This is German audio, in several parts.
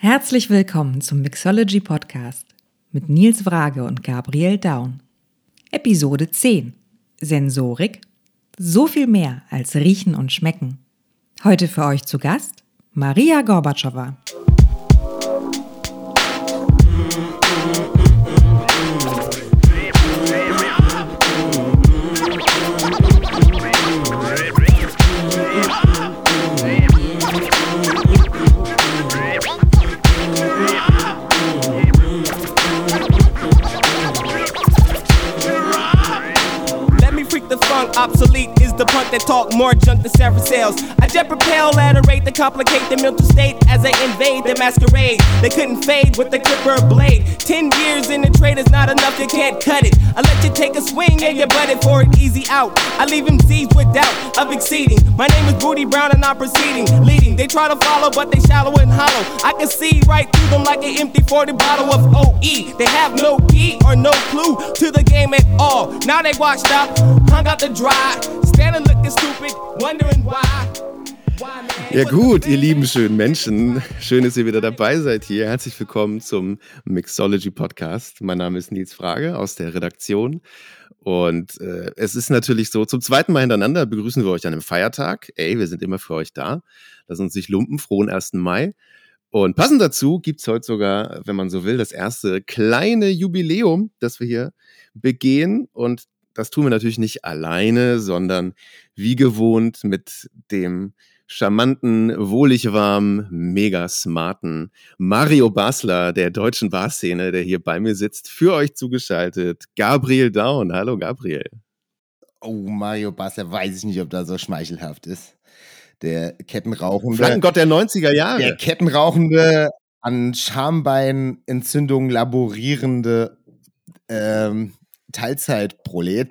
Herzlich willkommen zum Mixology Podcast mit Nils Wrage und Gabriel Daun. Episode 10. Sensorik. So viel mehr als Riechen und Schmecken. Heute für euch zu Gast Maria Gorbatschowa. Obsolete is the punk that talk more junk than several sales. I jet propel at a rate to complicate the mental state as they invade the masquerade. They couldn't fade with the clipper blade. 10 years in the trade is not enough, you can't cut it. I let you take a swing and you butted for an easy out. I leave them seized with doubt of exceeding. My name is Booty Brown and I'm proceeding, leading. They try to follow but they shallow and hollow. I can see right through them like an empty 40 bottle of OE. They have no key or no clue to the game at all. Now they washed up, hung out the dry, standing looking stupid, wondering why. Ja gut, ihr lieben schönen Menschen, schön, dass ihr wieder dabei seid hier. Herzlich willkommen zum Mixology Podcast. Mein Name ist Nils Wrage aus der Redaktion und es ist natürlich so, zum zweiten Mal hintereinander begrüßen wir euch an einem Feiertag. Wir sind immer für euch da. Lasst uns nicht lumpen, frohen 1. Mai. Und passend dazu gibt's heute sogar, wenn man so will, das erste kleine Jubiläum, das wir hier begehen. Und das tun wir natürlich nicht alleine, sondern wie gewohnt mit dem charmanten, wohlig warmen, mega smarten Mario Basler der deutschen Barszene, der hier bei mir sitzt, für euch zugeschaltet, Gabriel Daun. Hallo Gabriel. Oh, Mario Basler, weiß ich nicht, ob das so schmeichelhaft ist. Der kettenrauchende... Flaggengott der 90er Jahre. Der kettenrauchende, an Schambeinentzündung laborierende Teilzeitprolet.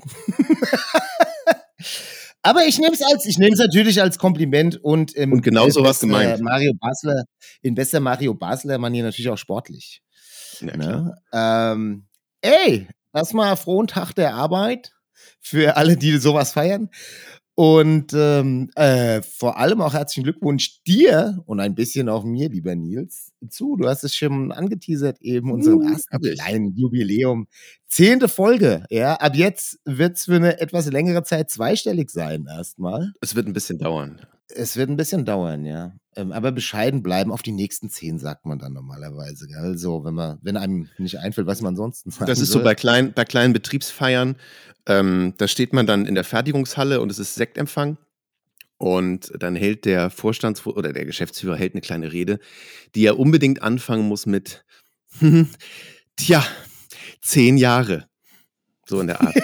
Aber ich nehme es natürlich als Kompliment und genau so was gemeint. Mario Basler, in bester Mario Basler-Manier natürlich auch sportlich. Ja, ne? Erstmal frohen Tag der Arbeit für alle, die sowas feiern. Und vor allem auch herzlichen Glückwunsch dir und ein bisschen auch mir, lieber Nils, zu. Du hast es schon angeteasert eben, unserem ersten kleinen Jubiläum. 10. Folge, ja. Ab jetzt wird es für eine etwas längere Zeit zweistellig sein erstmal. Es wird ein bisschen dauern. Es wird ein bisschen dauern, ja. Aber bescheiden bleiben auf die nächsten 10, sagt man dann normalerweise. Gell? Also, wenn einem nicht einfällt, was man ansonsten sagt. Das ist so bei kleinen Betriebsfeiern. Da steht man dann in der Fertigungshalle und es ist Sektempfang. Und dann hält der oder der Geschäftsführer hält eine kleine Rede, die er unbedingt anfangen muss mit 10 Jahre. So in der Art.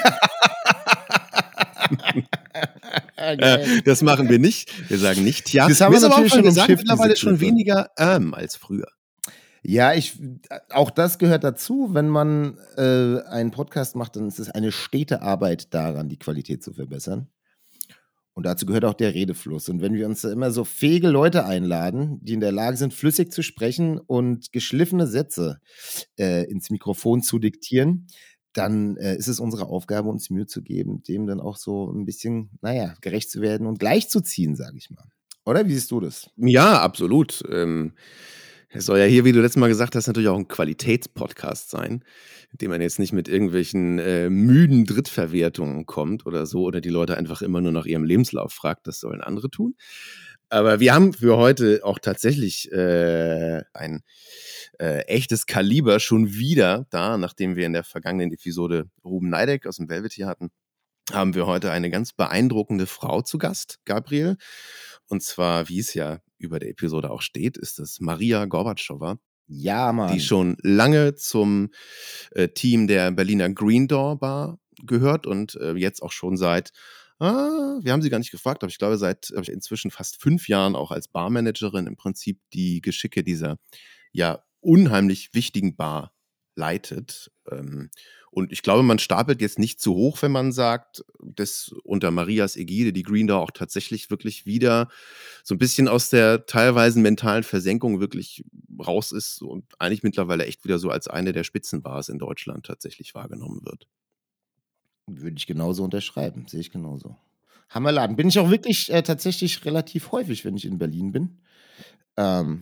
Das machen wir nicht. Wir sagen nicht tja. Das haben wir natürlich schon mittlerweile schon weniger als früher. Ja, auch das gehört dazu. Wenn man einen Podcast macht, dann ist es eine stete Arbeit daran, die Qualität zu verbessern. Und dazu gehört auch der Redefluss. Und wenn wir uns da immer so fähige Leute einladen, die in der Lage sind, flüssig zu sprechen und geschliffene Sätze ins Mikrofon zu diktieren, dann ist es unsere Aufgabe, uns Mühe zu geben, dem dann auch so ein bisschen, gerecht zu werden und gleichzuziehen, sage ich mal. Oder wie siehst du das? Ja, absolut. Es soll ja hier, wie du letztes Mal gesagt hast, natürlich auch ein Qualitätspodcast sein, in dem man jetzt nicht mit irgendwelchen müden Drittverwertungen kommt oder so oder die Leute einfach immer nur nach ihrem Lebenslauf fragt, das sollen andere tun. Aber wir haben für heute auch tatsächlich ein echtes Kaliber schon wieder da, nachdem wir in der vergangenen Episode Ruben Neideck aus dem Velvet hatten, haben wir heute eine ganz beeindruckende Frau zu Gast, Gabriel. Und zwar, wie es ja über der Episode auch steht, ist das Maria Gorbatschowa. Ja, Mann. Die schon lange zum Team der Berliner Green Door Bar gehört und jetzt auch schon seit, wir haben sie gar nicht gefragt, aber ich glaube seit inzwischen fast 5 Jahren auch als Barmanagerin im Prinzip die Geschicke dieser ja unheimlich wichtigen Bar leitet. Und ich glaube, man stapelt jetzt nicht zu hoch, wenn man sagt, dass unter Marias Ägide die Green Door auch tatsächlich wirklich wieder so ein bisschen aus der teilweise mentalen Versenkung wirklich raus ist und eigentlich mittlerweile echt wieder so als eine der Spitzenbars in Deutschland tatsächlich wahrgenommen wird. Würde ich genauso unterschreiben, sehe ich genauso. Hammerladen. Bin ich auch wirklich tatsächlich relativ häufig, wenn ich in Berlin bin.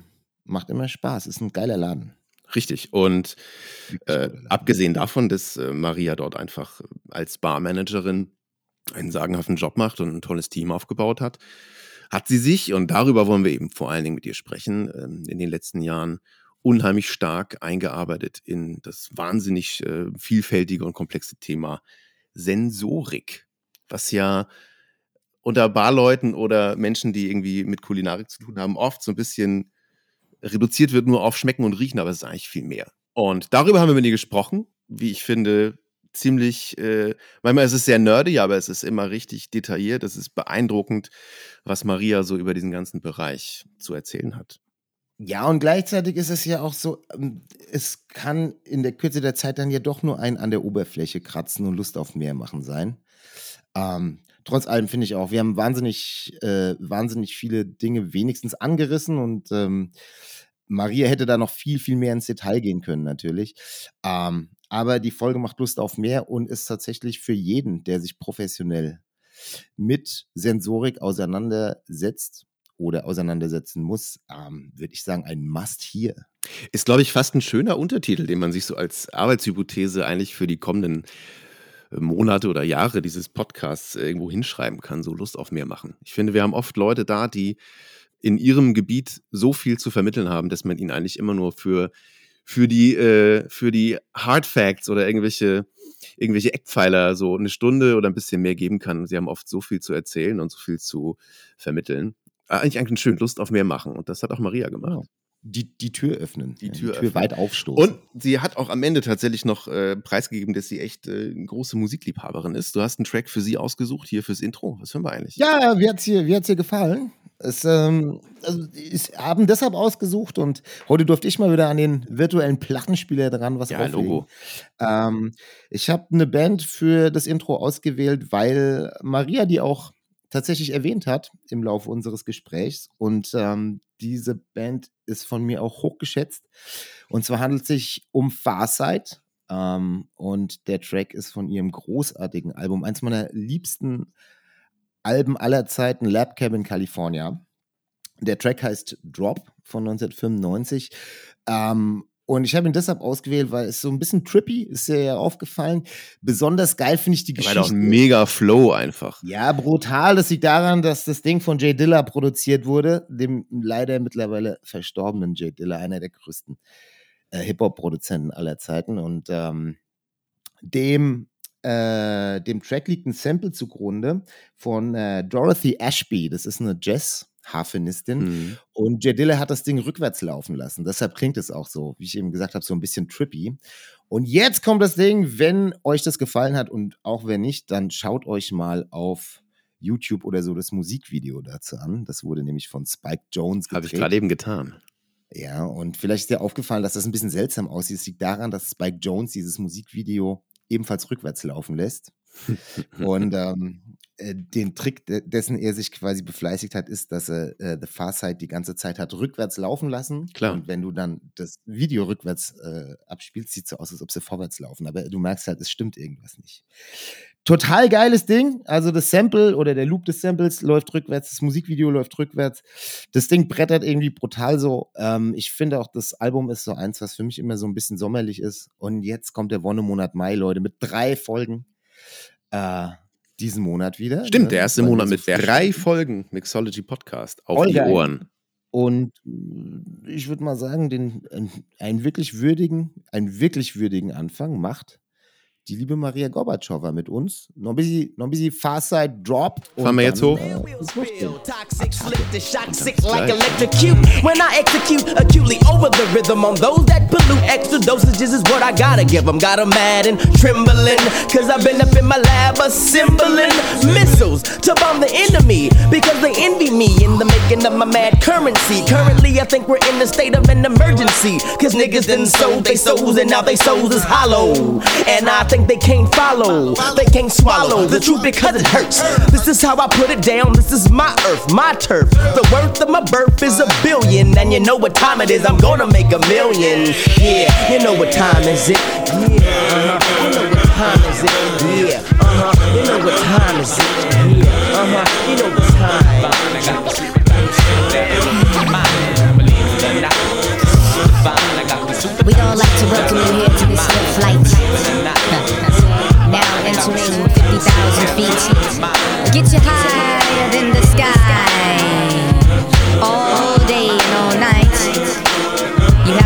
Macht immer Spaß, ist ein geiler Laden. Richtig. Und abgesehen davon, dass Maria dort einfach als Barmanagerin einen sagenhaften Job macht und ein tolles Team aufgebaut hat, hat sie sich, und darüber wollen wir eben vor allen Dingen mit ihr sprechen, in den letzten Jahren unheimlich stark eingearbeitet in das wahnsinnig vielfältige und komplexe Thema Sensorik, was ja unter Barleuten oder Menschen, die irgendwie mit Kulinarik zu tun haben, oft so ein bisschen reduziert wird nur auf Schmecken und Riechen, aber es ist eigentlich viel mehr. Und darüber haben wir mit ihr gesprochen, wie ich finde, ziemlich, manchmal ist es sehr nerdy, aber es ist immer richtig detailliert. Es ist beeindruckend, was Maria so über diesen ganzen Bereich zu erzählen hat. Ja, und gleichzeitig ist es ja auch so, es kann in der Kürze der Zeit dann ja doch nur ein an der Oberfläche kratzen und Lust auf mehr machen sein. Trotz allem finde ich auch, wir haben wahnsinnig viele Dinge wenigstens angerissen und Maria hätte da noch viel, viel mehr ins Detail gehen können natürlich. Aber die Folge macht Lust auf mehr und ist tatsächlich für jeden, der sich professionell mit Sensorik auseinandersetzt oder auseinandersetzen muss, würde ich sagen, ein Must-Hear. Ist, glaube ich, fast ein schöner Untertitel, den man sich so als Arbeitshypothese eigentlich für die kommenden Monate oder Jahre dieses Podcasts irgendwo hinschreiben kann, so Lust auf mehr machen. Ich finde, wir haben oft Leute da, die in ihrem Gebiet so viel zu vermitteln haben, dass man ihnen eigentlich immer nur für die Hard Facts oder irgendwelche Eckpfeiler so eine Stunde oder ein bisschen mehr geben kann. Sie haben oft so viel zu erzählen und so viel zu vermitteln. Eigentlich schön Lust auf mehr machen. Und das hat auch Maria gemacht. Die Tür öffnen. Die Tür öffnen. Weit aufstoßen. Und sie hat auch am Ende tatsächlich noch preisgegeben, dass sie echt eine große Musikliebhaberin ist. Du hast einen Track für sie ausgesucht, hier fürs Intro. Was hören wir eigentlich? Ja, wie hat's dir gefallen? Ich habe deshalb ausgesucht und heute durfte ich mal wieder an den virtuellen Plattenspieler dran was auflegen. Logo. Ich habe eine Band für das Intro ausgewählt, weil Maria die auch tatsächlich erwähnt hat im Laufe unseres Gesprächs und diese Band ist von mir auch hochgeschätzt und zwar handelt es sich um Farsight und der Track ist von ihrem großartigen Album, eins meiner liebsten Alben aller Zeiten, Lab Cabin California. Der Track heißt Drop von 1995 und ich habe ihn deshalb ausgewählt, weil es so ein bisschen trippy, ist dir ja aufgefallen. Besonders geil finde ich die Geschichte. Weil auch ein mega Flow einfach. Ja, brutal. Das liegt daran, dass das Ding von Jay Dilla produziert wurde, dem leider mittlerweile verstorbenen Jay Dilla, einer der größten Hip-Hop-Produzenten aller Zeiten. Und dem Track liegt ein Sample zugrunde von Dorothy Ashby. Das ist eine Jazz-Harfenistin. Und Jay Dilla hat das Ding rückwärts laufen lassen. Deshalb klingt es auch so, wie ich eben gesagt habe, so ein bisschen trippy. Und jetzt kommt das Ding, wenn euch das gefallen hat und auch wenn nicht, dann schaut euch mal auf YouTube oder so das Musikvideo dazu an. Das wurde nämlich von Spike Jonze gedreht. Habe ich gerade eben getan. Ja, und vielleicht ist dir aufgefallen, dass das ein bisschen seltsam aussieht. Es liegt daran, dass Spike Jonze dieses Musikvideo ebenfalls rückwärts laufen lässt. Und den Trick, dessen er sich quasi befleißigt hat, ist, dass er The Farsight die ganze Zeit hat rückwärts laufen lassen. Klar. Und wenn du dann das Video rückwärts abspielst, sieht es so aus, als ob sie vorwärts laufen. Aber du merkst halt, es stimmt irgendwas nicht. Total geiles Ding. Also das Sample oder der Loop des Samples läuft rückwärts, das Musikvideo läuft rückwärts. Das Ding brettert irgendwie brutal so. Ich finde auch, das Album ist so eins, was für mich immer so ein bisschen sommerlich ist. Und jetzt kommt der Wonnemonat Mai, Leute, mit 3 Folgen diesen Monat wieder. Stimmt, der erste Monat mit 3 Folgen Mixology Podcast auf die Ohren. Und ich würde mal sagen, einen wirklich würdigen Anfang macht die liebe Maria Gorbatschowa mit uns. Noch ein bisschen Farsight Drop. Fahren wir jetzt hoch? Toxic, slick to shock, sick like electrocute. When I execute acutely over the rhythm on those that pollute, extra dosages is what I gotta give them. Got them mad and trembling, cause I've been up in my lab assembling missiles to bomb the enemy, because they envy me in the making of my mad currency. Currently I think we're in a state of an emergency, cause niggas done sold they souls and now they souls is hollow. And I think they can't follow, they can't swallow the truth because it hurts. This is how I put it down, this is my earth, my turf. The worth of my birth is $1 billion, and you know what time it is, I'm gonna make $1 million. Yeah, you know what time is it? Yeah, you know what time is it? Yeah, you know what time is it? Yeah, you know what time is it?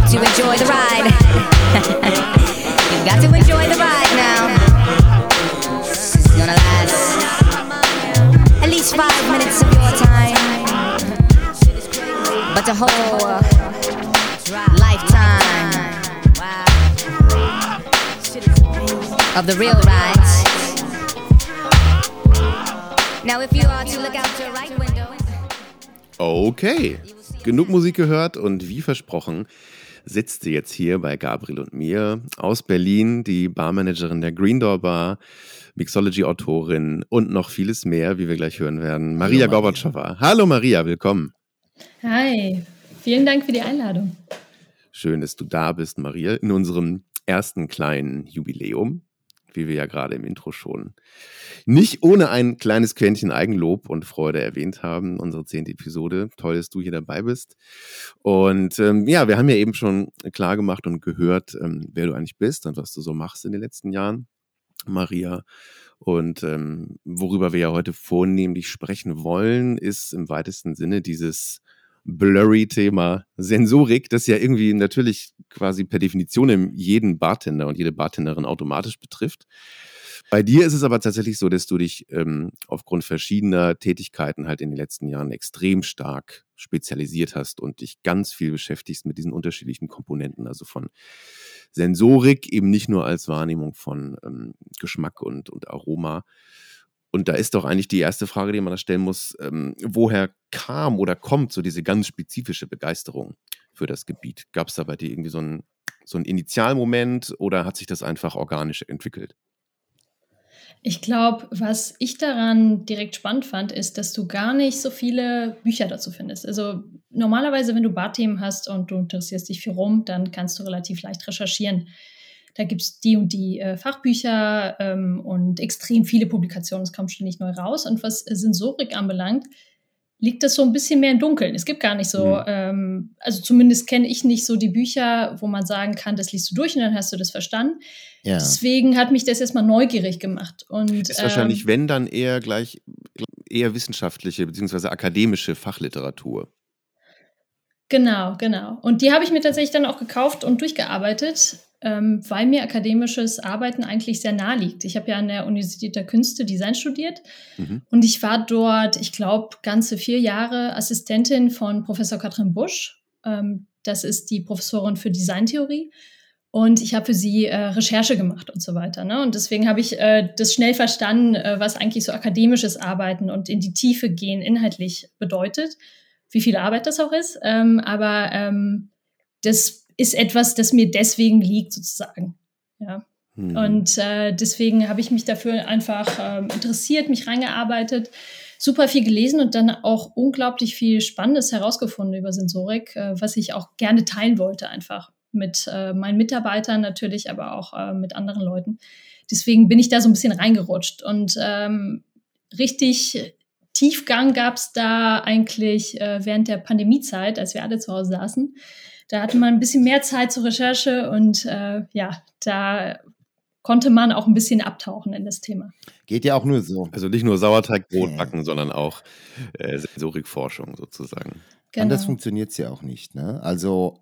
to enjoy the ride. You've got to enjoy the ride now. It's gonna last at least 5 minutes of your time, but the whole lifetime of the real rides. Now if you are to look out your right window. Okay, genug Musik gehört und wie versprochen sitzt sie jetzt hier bei Gabriel und mir aus Berlin, die Barmanagerin der Green Door Bar, Mixology-Autorin und noch vieles mehr, wie wir gleich hören werden, Maria Gorbatschowa. Hallo Maria, willkommen. Hi, vielen Dank für die Einladung. Schön, dass du da bist, Maria, in unserem ersten kleinen Jubiläum, wie wir ja gerade im Intro schon nicht ohne ein kleines Quäntchen Eigenlob und Freude erwähnt haben, unsere 10. Episode. Toll, dass du hier dabei bist. Und wir haben ja eben schon klar gemacht und gehört, wer du eigentlich bist und was du so machst in den letzten Jahren, Maria. Und worüber wir ja heute vornehmlich sprechen wollen, ist im weitesten Sinne dieses Blurry-Thema Sensorik, das ja irgendwie natürlich quasi per Definition jeden Bartender und jede Bartenderin automatisch betrifft. Bei dir ist es aber tatsächlich so, dass du dich aufgrund verschiedener Tätigkeiten halt in den letzten Jahren extrem stark spezialisiert hast und dich ganz viel beschäftigst mit diesen unterschiedlichen Komponenten, also von Sensorik eben nicht nur als Wahrnehmung von Geschmack und Aroma. Und da ist doch eigentlich die erste Frage, die man da stellen muss, woher kam oder kommt so diese ganz spezifische Begeisterung für das Gebiet? Gab es da bei dir irgendwie so einen Initialmoment oder hat sich das einfach organisch entwickelt? Ich glaube, was ich daran direkt spannend fand, ist, dass du gar nicht so viele Bücher dazu findest. Also normalerweise, wenn du Barthemen hast und du interessierst dich für rum, dann kannst du relativ leicht recherchieren. Da gibt es die und die Fachbücher und extrem viele Publikationen. Es kommt ständig neu raus. Und was Sensorik anbelangt, liegt das so ein bisschen mehr im Dunkeln. Es gibt gar nicht so, also zumindest kenne ich nicht so die Bücher, wo man sagen kann, das liest du durch und dann hast du das verstanden. Ja. Deswegen hat mich das erstmal neugierig gemacht. Und, ist wahrscheinlich, wenn dann eher wissenschaftliche bzw. akademische Fachliteratur. Genau. Und die habe ich mir tatsächlich dann auch gekauft und durchgearbeitet, weil mir akademisches Arbeiten eigentlich sehr nahe liegt. Ich habe ja an der Universität der Künste Design studiert und ich war dort, ich glaube, ganze 4 Jahre Assistentin von Professor Katrin Busch. Das ist die Professorin für Designtheorie und ich habe für sie Recherche gemacht und so weiter. Ne? Und deswegen habe ich das schnell verstanden, was eigentlich so akademisches Arbeiten und in die Tiefe gehen inhaltlich bedeutet, wie viel Arbeit das auch ist. Aber das ist etwas, das mir deswegen liegt, sozusagen. Ja. Und deswegen habe ich mich dafür einfach interessiert, mich reingearbeitet, super viel gelesen und dann auch unglaublich viel Spannendes herausgefunden über Sensorik, was ich auch gerne teilen wollte, einfach mit meinen Mitarbeitern natürlich, aber auch mit anderen Leuten. Deswegen bin ich da so ein bisschen reingerutscht. Und richtig Tiefgang gab es da eigentlich während der Pandemiezeit, als wir alle zu Hause saßen. Da hatte man ein bisschen mehr Zeit zur Recherche und da konnte man auch ein bisschen abtauchen in das Thema. Geht ja auch nur so. Also nicht nur Sauerteigbrot backen, sondern auch Sensorikforschung sozusagen. Genau. Anders funktioniert es ja auch nicht. Ne? Also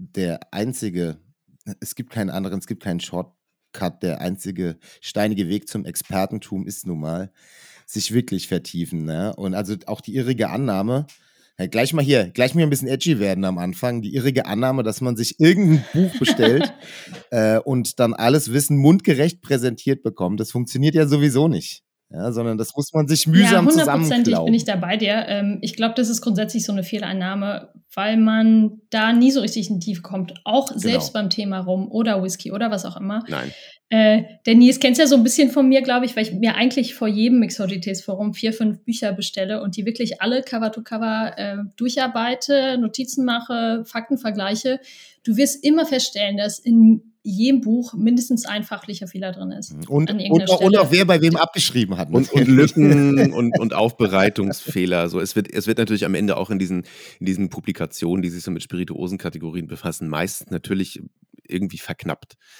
es gibt keinen anderen, es gibt keinen Shortcut. Der einzige steinige Weg zum Expertentum ist nun mal, sich wirklich vertiefen. Ne? Und also auch die irrige Annahme, gleich mal ein bisschen edgy werden am Anfang. Die irrige Annahme, dass man sich irgendein Buch bestellt und dann alles Wissen mundgerecht präsentiert bekommt. Das funktioniert ja sowieso nicht. Ja, sondern das muss man sich mühsam zusammenklauben. Ja, 100%ig bin ich da bei dir. Ich glaube, das ist grundsätzlich so eine Fehleinnahme, weil man da nie so richtig in die Tiefe kommt. Auch selbst beim Thema Rum oder Whisky oder was auch immer. Nein. Der Nils kennt es ja so ein bisschen von mir, glaube ich, weil ich mir eigentlich vor jedem Mixology-Forum 4, 5 Bücher bestelle und die wirklich alle Cover to Cover durcharbeite, Notizen mache, Fakten vergleiche. Du wirst immer feststellen, dass in jedem Buch mindestens ein fachlicher Fehler drin ist. Und auch wer bei wem abgeschrieben hat. Und Lücken und Aufbereitungsfehler. So, es wird natürlich am Ende auch in diesen Publikationen, die sich so mit Spirituosen-Kategorien befassen, meistens natürlich irgendwie verknappt.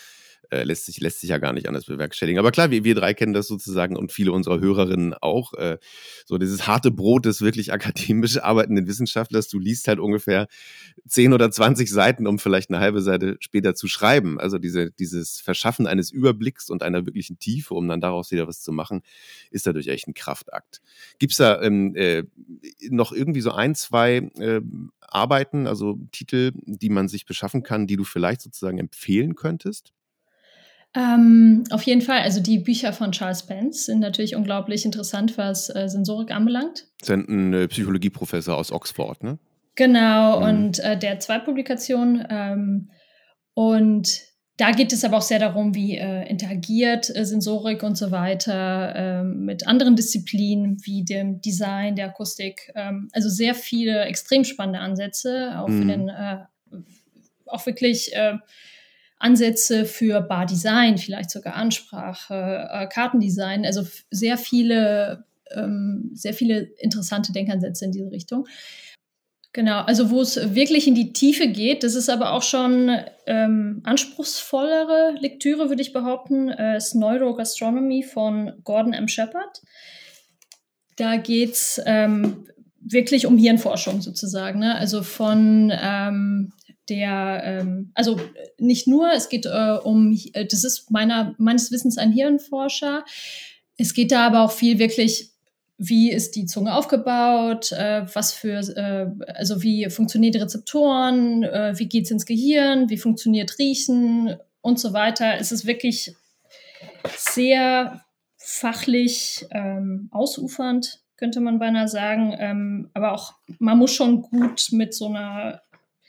lässt sich ja gar nicht anders bewerkstelligen. Aber klar, wir drei kennen das sozusagen und viele unserer Hörerinnen auch. So dieses harte Brot des wirklich akademisch arbeitenden Wissenschaftlers. Du liest halt ungefähr 10 oder 20 Seiten, um vielleicht eine halbe Seite später zu schreiben. Also dieses Verschaffen eines Überblicks und einer wirklichen Tiefe, um dann daraus wieder was zu machen, ist dadurch echt ein Kraftakt. Gibt's da noch irgendwie so 1, 2 Arbeiten, also Titel, die man sich beschaffen kann, die du vielleicht sozusagen empfehlen könntest? Auf jeden Fall. Also die Bücher von Charles Pence sind natürlich unglaublich interessant, was Sensorik anbelangt. Das ist ein Psychologieprofessor aus Oxford, ne? Genau, und der hat 2 Publikationen. Und da geht es aber auch sehr darum, wie interagiert Sensorik und so weiter mit anderen Disziplinen wie dem Design, der Akustik. Also sehr viele extrem spannende Ansätze, auch für den, auch wirklich Ansätze für Bardesign, vielleicht sogar Ansprache, Kartendesign. Also sehr viele interessante Denkansätze in diese Richtung. Genau, also wo es wirklich in die Tiefe geht, das ist aber auch schon anspruchsvollere Lektüre, würde ich behaupten, ist Neurogastronomy von Gordon M. Shepard. Da geht es wirklich um Hirnforschung sozusagen, ne? Also von also nicht nur, es geht das ist meines Wissens ein Hirnforscher. Es geht da aber auch viel wirklich, wie ist die Zunge aufgebaut, also wie funktionieren die Rezeptoren, wie geht's ins Gehirn, wie funktioniert Riechen und so weiter. Es ist wirklich sehr fachlich ausufernd, könnte man beinahe sagen. Aber auch, man muss schon gut mit so einer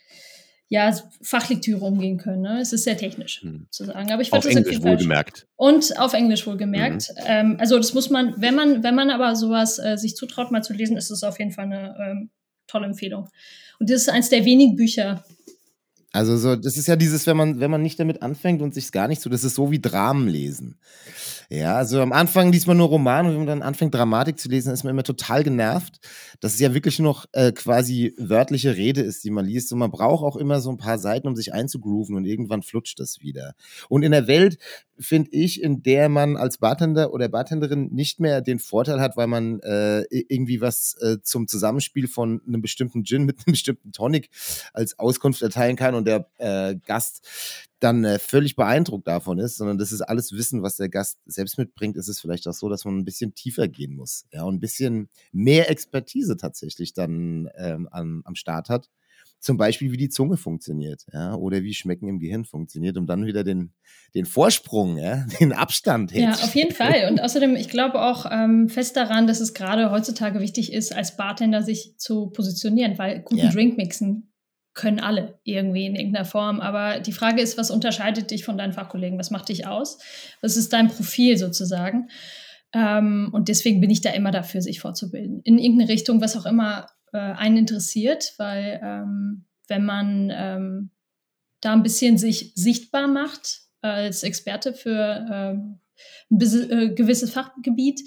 Fachlektüre umgehen können. Ne? Es ist sehr technisch, zu sagen. Aber ich auf Englisch wohlgemerkt. Und auf Englisch wohlgemerkt. Also das muss man, wenn man aber sowas sich zutraut, mal zu lesen, ist es auf jeden Fall eine tolle Empfehlung. Und das ist eins der wenigen Bücher. Also so, das ist ja dieses, wenn man nicht damit anfängt und sich gar nicht so, das ist so wie Dramen lesen. Ja, also am Anfang liest man nur Romane und wenn man dann anfängt, Dramatik zu lesen, ist man immer total genervt, dass es ja wirklich nur noch quasi wörtliche Rede ist, die man liest. Und man braucht auch immer so ein paar Seiten, um sich einzugrooven und irgendwann flutscht das wieder. Und in der Welt, finde ich, in der man als Bartender oder Bartenderin nicht mehr den Vorteil hat, weil man irgendwie was zum Zusammenspiel von einem bestimmten Gin mit einem bestimmten Tonic als Auskunft erteilen kann und der Gast dann völlig beeindruckt davon ist, sondern das ist alles Wissen, was der Gast selbst mitbringt, ist es vielleicht auch so, dass man ein bisschen tiefer gehen muss, ja, und ein bisschen mehr Expertise tatsächlich dann am Start hat. Zum Beispiel, wie die Zunge funktioniert, ja, oder wie Schmecken im Gehirn funktioniert, um dann wieder den Vorsprung, ja, den Abstand herzustellen. Ja, auf jeden Fall. Und außerdem, ich glaube auch fest daran, dass es gerade heutzutage wichtig ist, als Bartender sich zu positionieren, weil guten Drink mixen können alle irgendwie in irgendeiner Form. Aber die Frage ist, was unterscheidet dich von deinen Fachkollegen? Was macht dich aus? Was ist dein Profil sozusagen? Und deswegen bin ich da immer dafür, sich fortzubilden. In irgendeine Richtung, was auch immer einen interessiert, weil wenn man da ein bisschen sich sichtbar macht als Experte für ein gewisses Fachgebiet,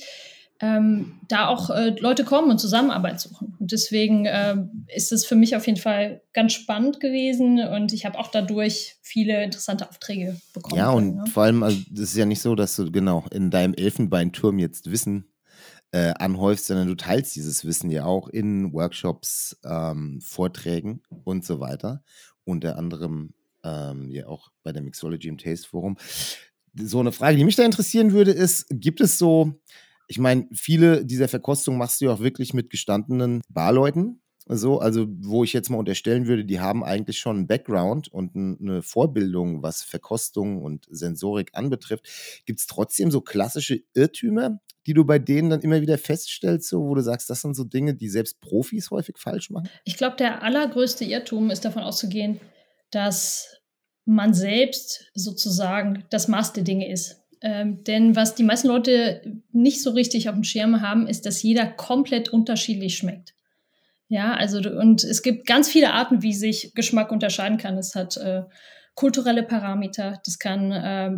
da auch Leute kommen und Zusammenarbeit suchen. Und deswegen ist es für mich auf jeden Fall ganz spannend gewesen und ich habe auch dadurch viele interessante Aufträge bekommen. Ja, und vor allem, also das ist ja nicht so, dass du genau in deinem Elfenbeinturm jetzt Wissen anhäufst, sondern du teilst dieses Wissen ja auch in Workshops, Vorträgen und so weiter. Unter anderem ja auch bei der Mixology im Taste Forum. So eine Frage, die mich da interessieren würde, ist, gibt es so, ich meine, viele dieser Verkostungen machst du ja auch wirklich mit gestandenen Barleuten, so, also wo ich jetzt mal unterstellen würde, die haben eigentlich schon einen Background und eine Vorbildung, was Verkostung und Sensorik anbetrifft. Gibt es trotzdem so klassische Irrtümer, die du bei denen dann immer wieder feststellst, so, wo du sagst, das sind so Dinge, die selbst Profis häufig falsch machen? Ich glaube, der allergrößte Irrtum ist davon auszugehen, dass man selbst sozusagen das Maß der Dinge ist. Denn was die meisten Leute nicht so richtig auf dem Schirm haben, ist, dass jeder komplett unterschiedlich schmeckt. Ja, also und es gibt ganz viele Arten, wie sich Geschmack unterscheiden kann. Es hat kulturelle Parameter, das kann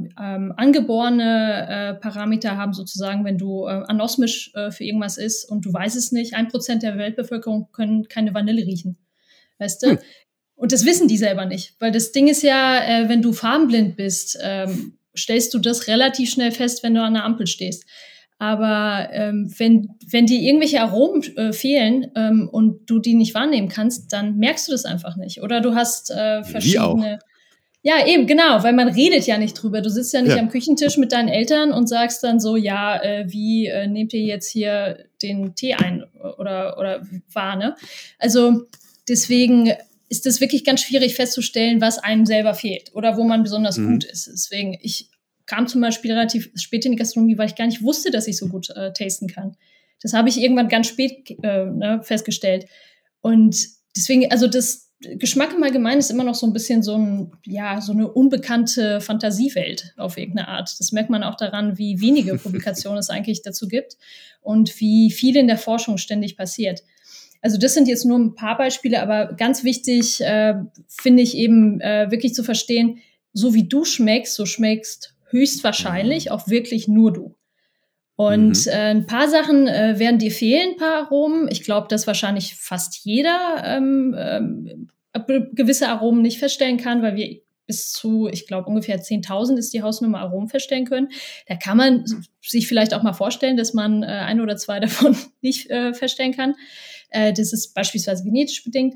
angeborene Parameter haben, sozusagen, wenn du anosmisch für irgendwas isst und du weißt es nicht. 1% der Weltbevölkerung können keine Vanille riechen, weißt du? Und das wissen die selber nicht, weil das Ding ist ja, wenn du farbenblind bist, stellst du das relativ schnell fest, wenn du an der Ampel stehst. Aber wenn dir irgendwelche Aromen fehlen und du die nicht wahrnehmen kannst, dann merkst du das einfach nicht. Oder du hast verschiedene... Ja, eben, genau, weil man redet ja nicht drüber. Du sitzt ja nicht am Küchentisch mit deinen Eltern und sagst dann so, wie nehmt ihr jetzt hier den Tee ein oder wahr, ne? Also deswegen ist es wirklich ganz schwierig festzustellen, was einem selber fehlt oder wo man besonders gut ist. Deswegen, ich kam zum Beispiel relativ spät in die Gastronomie, weil ich gar nicht wusste, dass ich so gut tasten kann. Das habe ich irgendwann ganz spät festgestellt. Und deswegen, also das Geschmack im Allgemeinen ist immer noch so ein bisschen so eine unbekannte Fantasiewelt auf irgendeine Art. Das merkt man auch daran, wie wenige Publikationen es eigentlich dazu gibt und wie viel in der Forschung ständig passiert. Also das sind jetzt nur ein paar Beispiele, aber ganz wichtig finde ich eben wirklich zu verstehen, so wie du schmeckst, so schmeckst höchstwahrscheinlich auch wirklich nur du. Und ein paar Sachen werden dir fehlen, ein paar Aromen. Ich glaube, dass wahrscheinlich fast jeder gewisse Aromen nicht feststellen kann, weil wir bis zu, ich glaube, ungefähr 10.000 ist die Hausnummer, Aromen feststellen können. Da kann man sich vielleicht auch mal vorstellen, dass man ein oder zwei davon nicht feststellen kann. Das ist beispielsweise genetisch bedingt.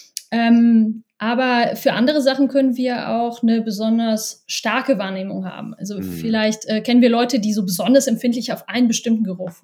Aber für andere Sachen können wir auch eine besonders starke Wahrnehmung haben. Also vielleicht kennen wir Leute, die so besonders empfindlich auf einen bestimmten Geruch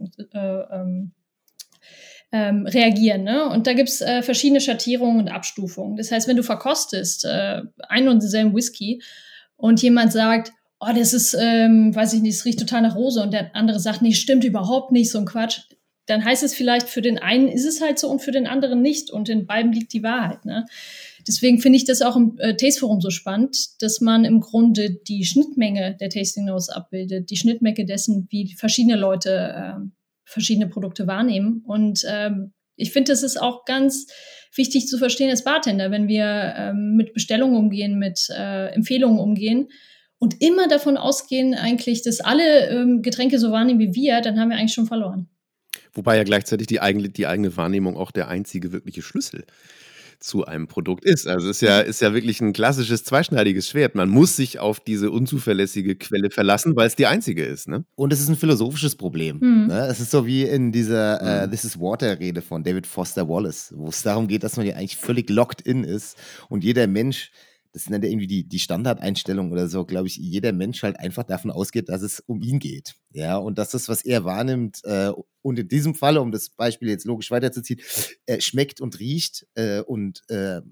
reagieren. Ne? Und da gibt's verschiedene Schattierungen und Abstufungen. Das heißt, wenn du verkostest einen und denselben Whisky und jemand sagt, oh, das ist, weiß ich nicht, es riecht total nach Rose und der andere sagt, nee, stimmt überhaupt nicht, so ein Quatsch, dann heißt es vielleicht, für den einen ist es halt so und für den anderen nicht und in beiden liegt die Wahrheit. Ne? Deswegen finde ich das auch im Tasteforum so spannend, dass man im Grunde die Schnittmenge der Tasting Notes abbildet, die Schnittmenge dessen, wie verschiedene Leute verschiedene Produkte wahrnehmen. Und ich finde, das ist auch ganz wichtig zu verstehen als Bartender, wenn wir mit Bestellungen umgehen, mit Empfehlungen umgehen und immer davon ausgehen eigentlich, dass alle Getränke so wahrnehmen wie wir, dann haben wir eigentlich schon verloren. Wobei ja gleichzeitig die eigene Wahrnehmung auch der einzige wirkliche Schlüssel zu einem Produkt ist. Also ist ja wirklich ein klassisches zweischneidiges Schwert. Man muss sich auf diese unzuverlässige Quelle verlassen, weil es die einzige ist. Ne? Und es ist ein philosophisches Problem. Ne? Es ist so wie in dieser This is Water-Rede von David Foster Wallace, wo es darum geht, dass man ja eigentlich völlig locked in ist und jeder Mensch, das nennt er irgendwie die Standardeinstellung oder so, glaube ich, jeder Mensch halt einfach davon ausgeht, dass es um ihn geht. Ja, und dass das, was er wahrnimmt, und in diesem Falle, um das Beispiel jetzt logisch weiterzuziehen, schmeckt und riecht und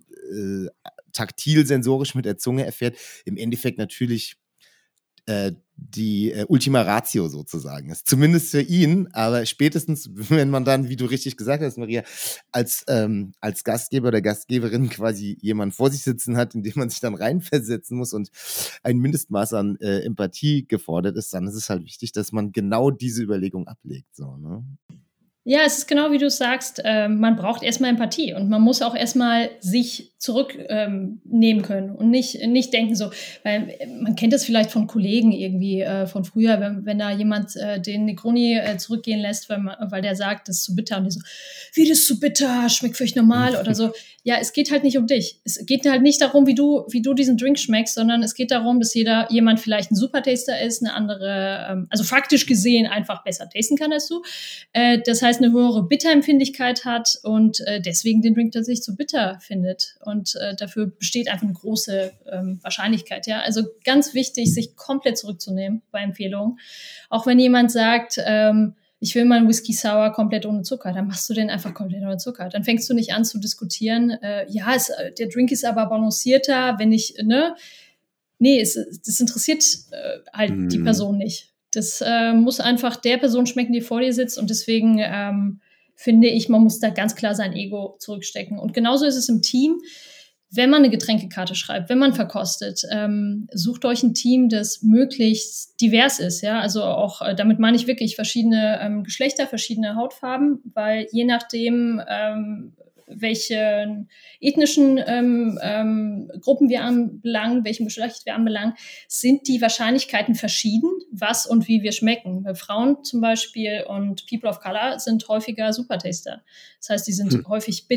taktil, sensorisch mit der Zunge erfährt, im Endeffekt natürlich die Ultima Ratio sozusagen ist. Zumindest für ihn, aber spätestens, wenn man dann, wie du richtig gesagt hast, Maria, als Gastgeber oder Gastgeberin quasi jemanden vor sich sitzen hat, in dem man sich dann reinversetzen muss und ein Mindestmaß an Empathie gefordert ist, dann ist es halt wichtig, dass man genau diese Überlegung ablegt. So, ne? Ja, es ist genau wie du sagst, man braucht erstmal Empathie und man muss auch erstmal sich zurücknehmen können und nicht denken so, weil man kennt das vielleicht von Kollegen irgendwie von früher, wenn da jemand den Negroni zurückgehen lässt, weil der sagt, das ist zu bitter und die so, wie, das ist zu bitter, schmeckt völlig normal oder so. Ja, es geht halt nicht um dich. Es geht halt nicht darum, wie du diesen Drink schmeckst, sondern es geht darum, dass jemand vielleicht ein Supertaster ist, eine andere, also faktisch gesehen einfach besser tasten kann als du. Das heißt, eine höhere Bitterempfindlichkeit hat und deswegen den Drink tatsächlich zu bitter findet. Und dafür besteht einfach eine große Wahrscheinlichkeit. Ja? Also ganz wichtig, sich komplett zurückzunehmen bei Empfehlungen. Auch wenn jemand sagt, ich will mal einen Whisky Sour komplett ohne Zucker, dann machst du den einfach komplett ohne Zucker. Dann fängst du nicht an zu diskutieren, der Drink ist aber balancierter, wenn ich, ne? Nee, das interessiert halt die Person nicht. Das muss einfach der Person schmecken, die vor dir sitzt und deswegen finde ich, man muss da ganz klar sein Ego zurückstecken. Und genauso ist es im Team. Wenn man eine Getränkekarte schreibt, wenn man verkostet, sucht euch ein Team, das möglichst divers ist. Ja, also auch, damit meine ich wirklich verschiedene Geschlechter, verschiedene Hautfarben, weil je nachdem, welche ethnischen Gruppen wir anbelangen, welchem Geschlecht wir anbelangen, sind die Wahrscheinlichkeiten verschieden, was und wie wir schmecken. Weil Frauen zum Beispiel und People of Color sind häufiger Supertaster. Das heißt, die sind häufig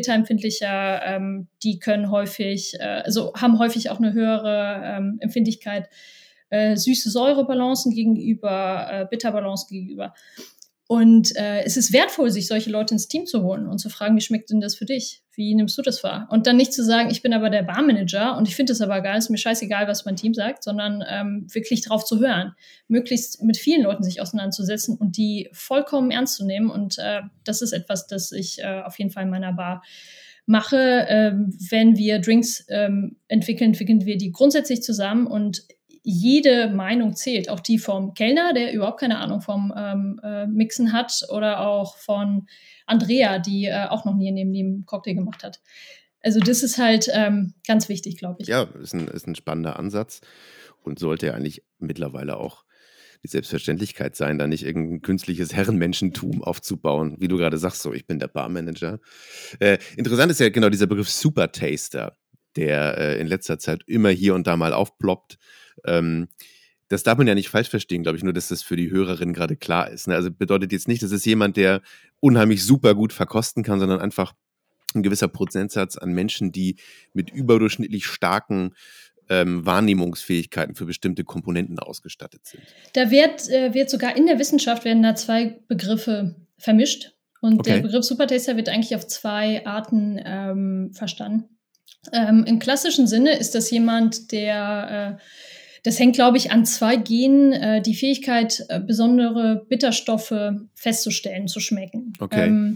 bitterempfindlicher, die können häufig, haben häufig auch eine höhere Empfindlichkeit Süße-Säure-Balancen gegenüber, Bitter-Balancen gegenüber. Und es ist wertvoll, sich solche Leute ins Team zu holen und zu fragen, wie schmeckt denn das für dich? Wie nimmst du das wahr? Und dann nicht zu sagen, ich bin aber der Barmanager und ich finde das aber geil, ist mir scheißegal, was mein Team sagt, sondern wirklich drauf zu hören, möglichst mit vielen Leuten sich auseinanderzusetzen und die vollkommen ernst zu nehmen. Und das ist etwas, das ich auf jeden Fall in meiner Bar mache. Wenn wir Drinks entwickeln wir die grundsätzlich zusammen und jede Meinung zählt, auch die vom Kellner, der überhaupt keine Ahnung vom Mixen hat, oder auch von Andrea, die auch noch nie neben dem Cocktail gemacht hat. Also das ist halt ganz wichtig, glaube ich. Ja, ist ein spannender Ansatz und sollte ja eigentlich mittlerweile auch die Selbstverständlichkeit sein, da nicht irgendein künstliches Herrenmenschentum aufzubauen, wie du gerade sagst, so, ich bin der Barmanager. Interessant ist ja genau dieser Begriff Supertaster, der in letzter Zeit immer hier und da mal aufploppt. Das darf man ja nicht falsch verstehen, glaube ich, nur dass das für die Hörerin gerade klar ist. Ne? Also bedeutet jetzt nicht, dass es jemand, der unheimlich super gut verkosten kann, sondern einfach ein gewisser Prozentsatz an Menschen, die mit überdurchschnittlich starken Wahrnehmungsfähigkeiten für bestimmte Komponenten ausgestattet sind. Da wird sogar in der Wissenschaft werden da zwei Begriffe vermischt. Und der Begriff Supertaster wird eigentlich auf zwei Arten verstanden. Im klassischen Sinne ist das jemand, der das hängt, glaube ich, an zwei Genen, die Fähigkeit, besondere Bitterstoffe festzustellen, zu schmecken. Okay.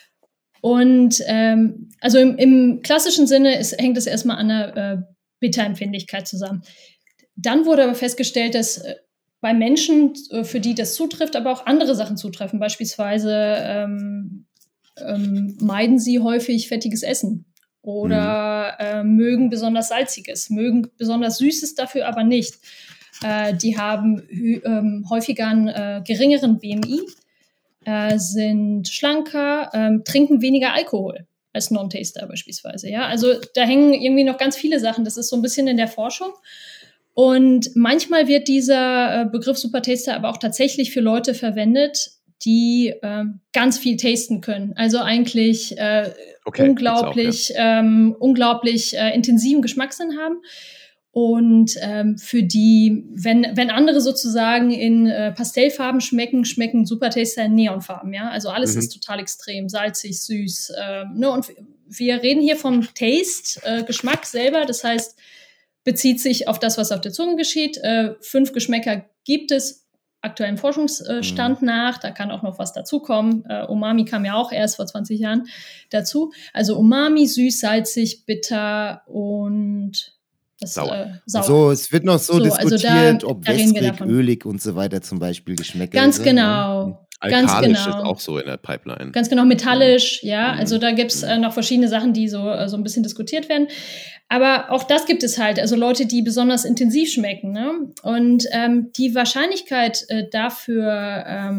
Also im klassischen Sinne hängt es erstmal an der Bitterempfindlichkeit zusammen. Dann wurde aber festgestellt, dass bei Menschen, für die das zutrifft, aber auch andere Sachen zutreffen. Beispielsweise meiden sie häufig fettiges Essen. Oder mögen besonders Salziges, mögen besonders Süßes, dafür aber nicht. Die haben häufiger einen geringeren BMI, sind schlanker, trinken weniger Alkohol als Non-Taster beispielsweise. Ja? Also da hängen irgendwie noch ganz viele Sachen. Das ist so ein bisschen in der Forschung. Und manchmal wird dieser Begriff Supertaster aber auch tatsächlich für Leute verwendet, die ganz viel tasten können. Also eigentlich unglaublich intensiven Geschmackssinn haben. Und für die, wenn andere sozusagen in Pastellfarben schmecken Supertaster in Neonfarben. Ja? Also alles ist total extrem, salzig, süß. Ne? Und wir reden hier vom Taste, Geschmack selber. Das heißt, bezieht sich auf das, was auf der Zunge geschieht. 5 Geschmäcker gibt es aktuellen Forschungsstand nach. Da kann auch noch was dazukommen. Umami kam ja auch erst vor 20 Jahren dazu. Also Umami, süß, salzig, bitter und sauer. So, es wird noch so diskutiert, ob wässrig, ölig und so weiter zum Beispiel Geschmäcker ganz sind. Genau. Alkalisch ist auch so in der Pipeline. Ganz genau, metallisch, ja. Also da gibt's noch verschiedene Sachen, die so ein bisschen diskutiert werden. Aber auch das gibt es halt, also Leute, die besonders intensiv schmecken. Ne? Und die Wahrscheinlichkeit dafür,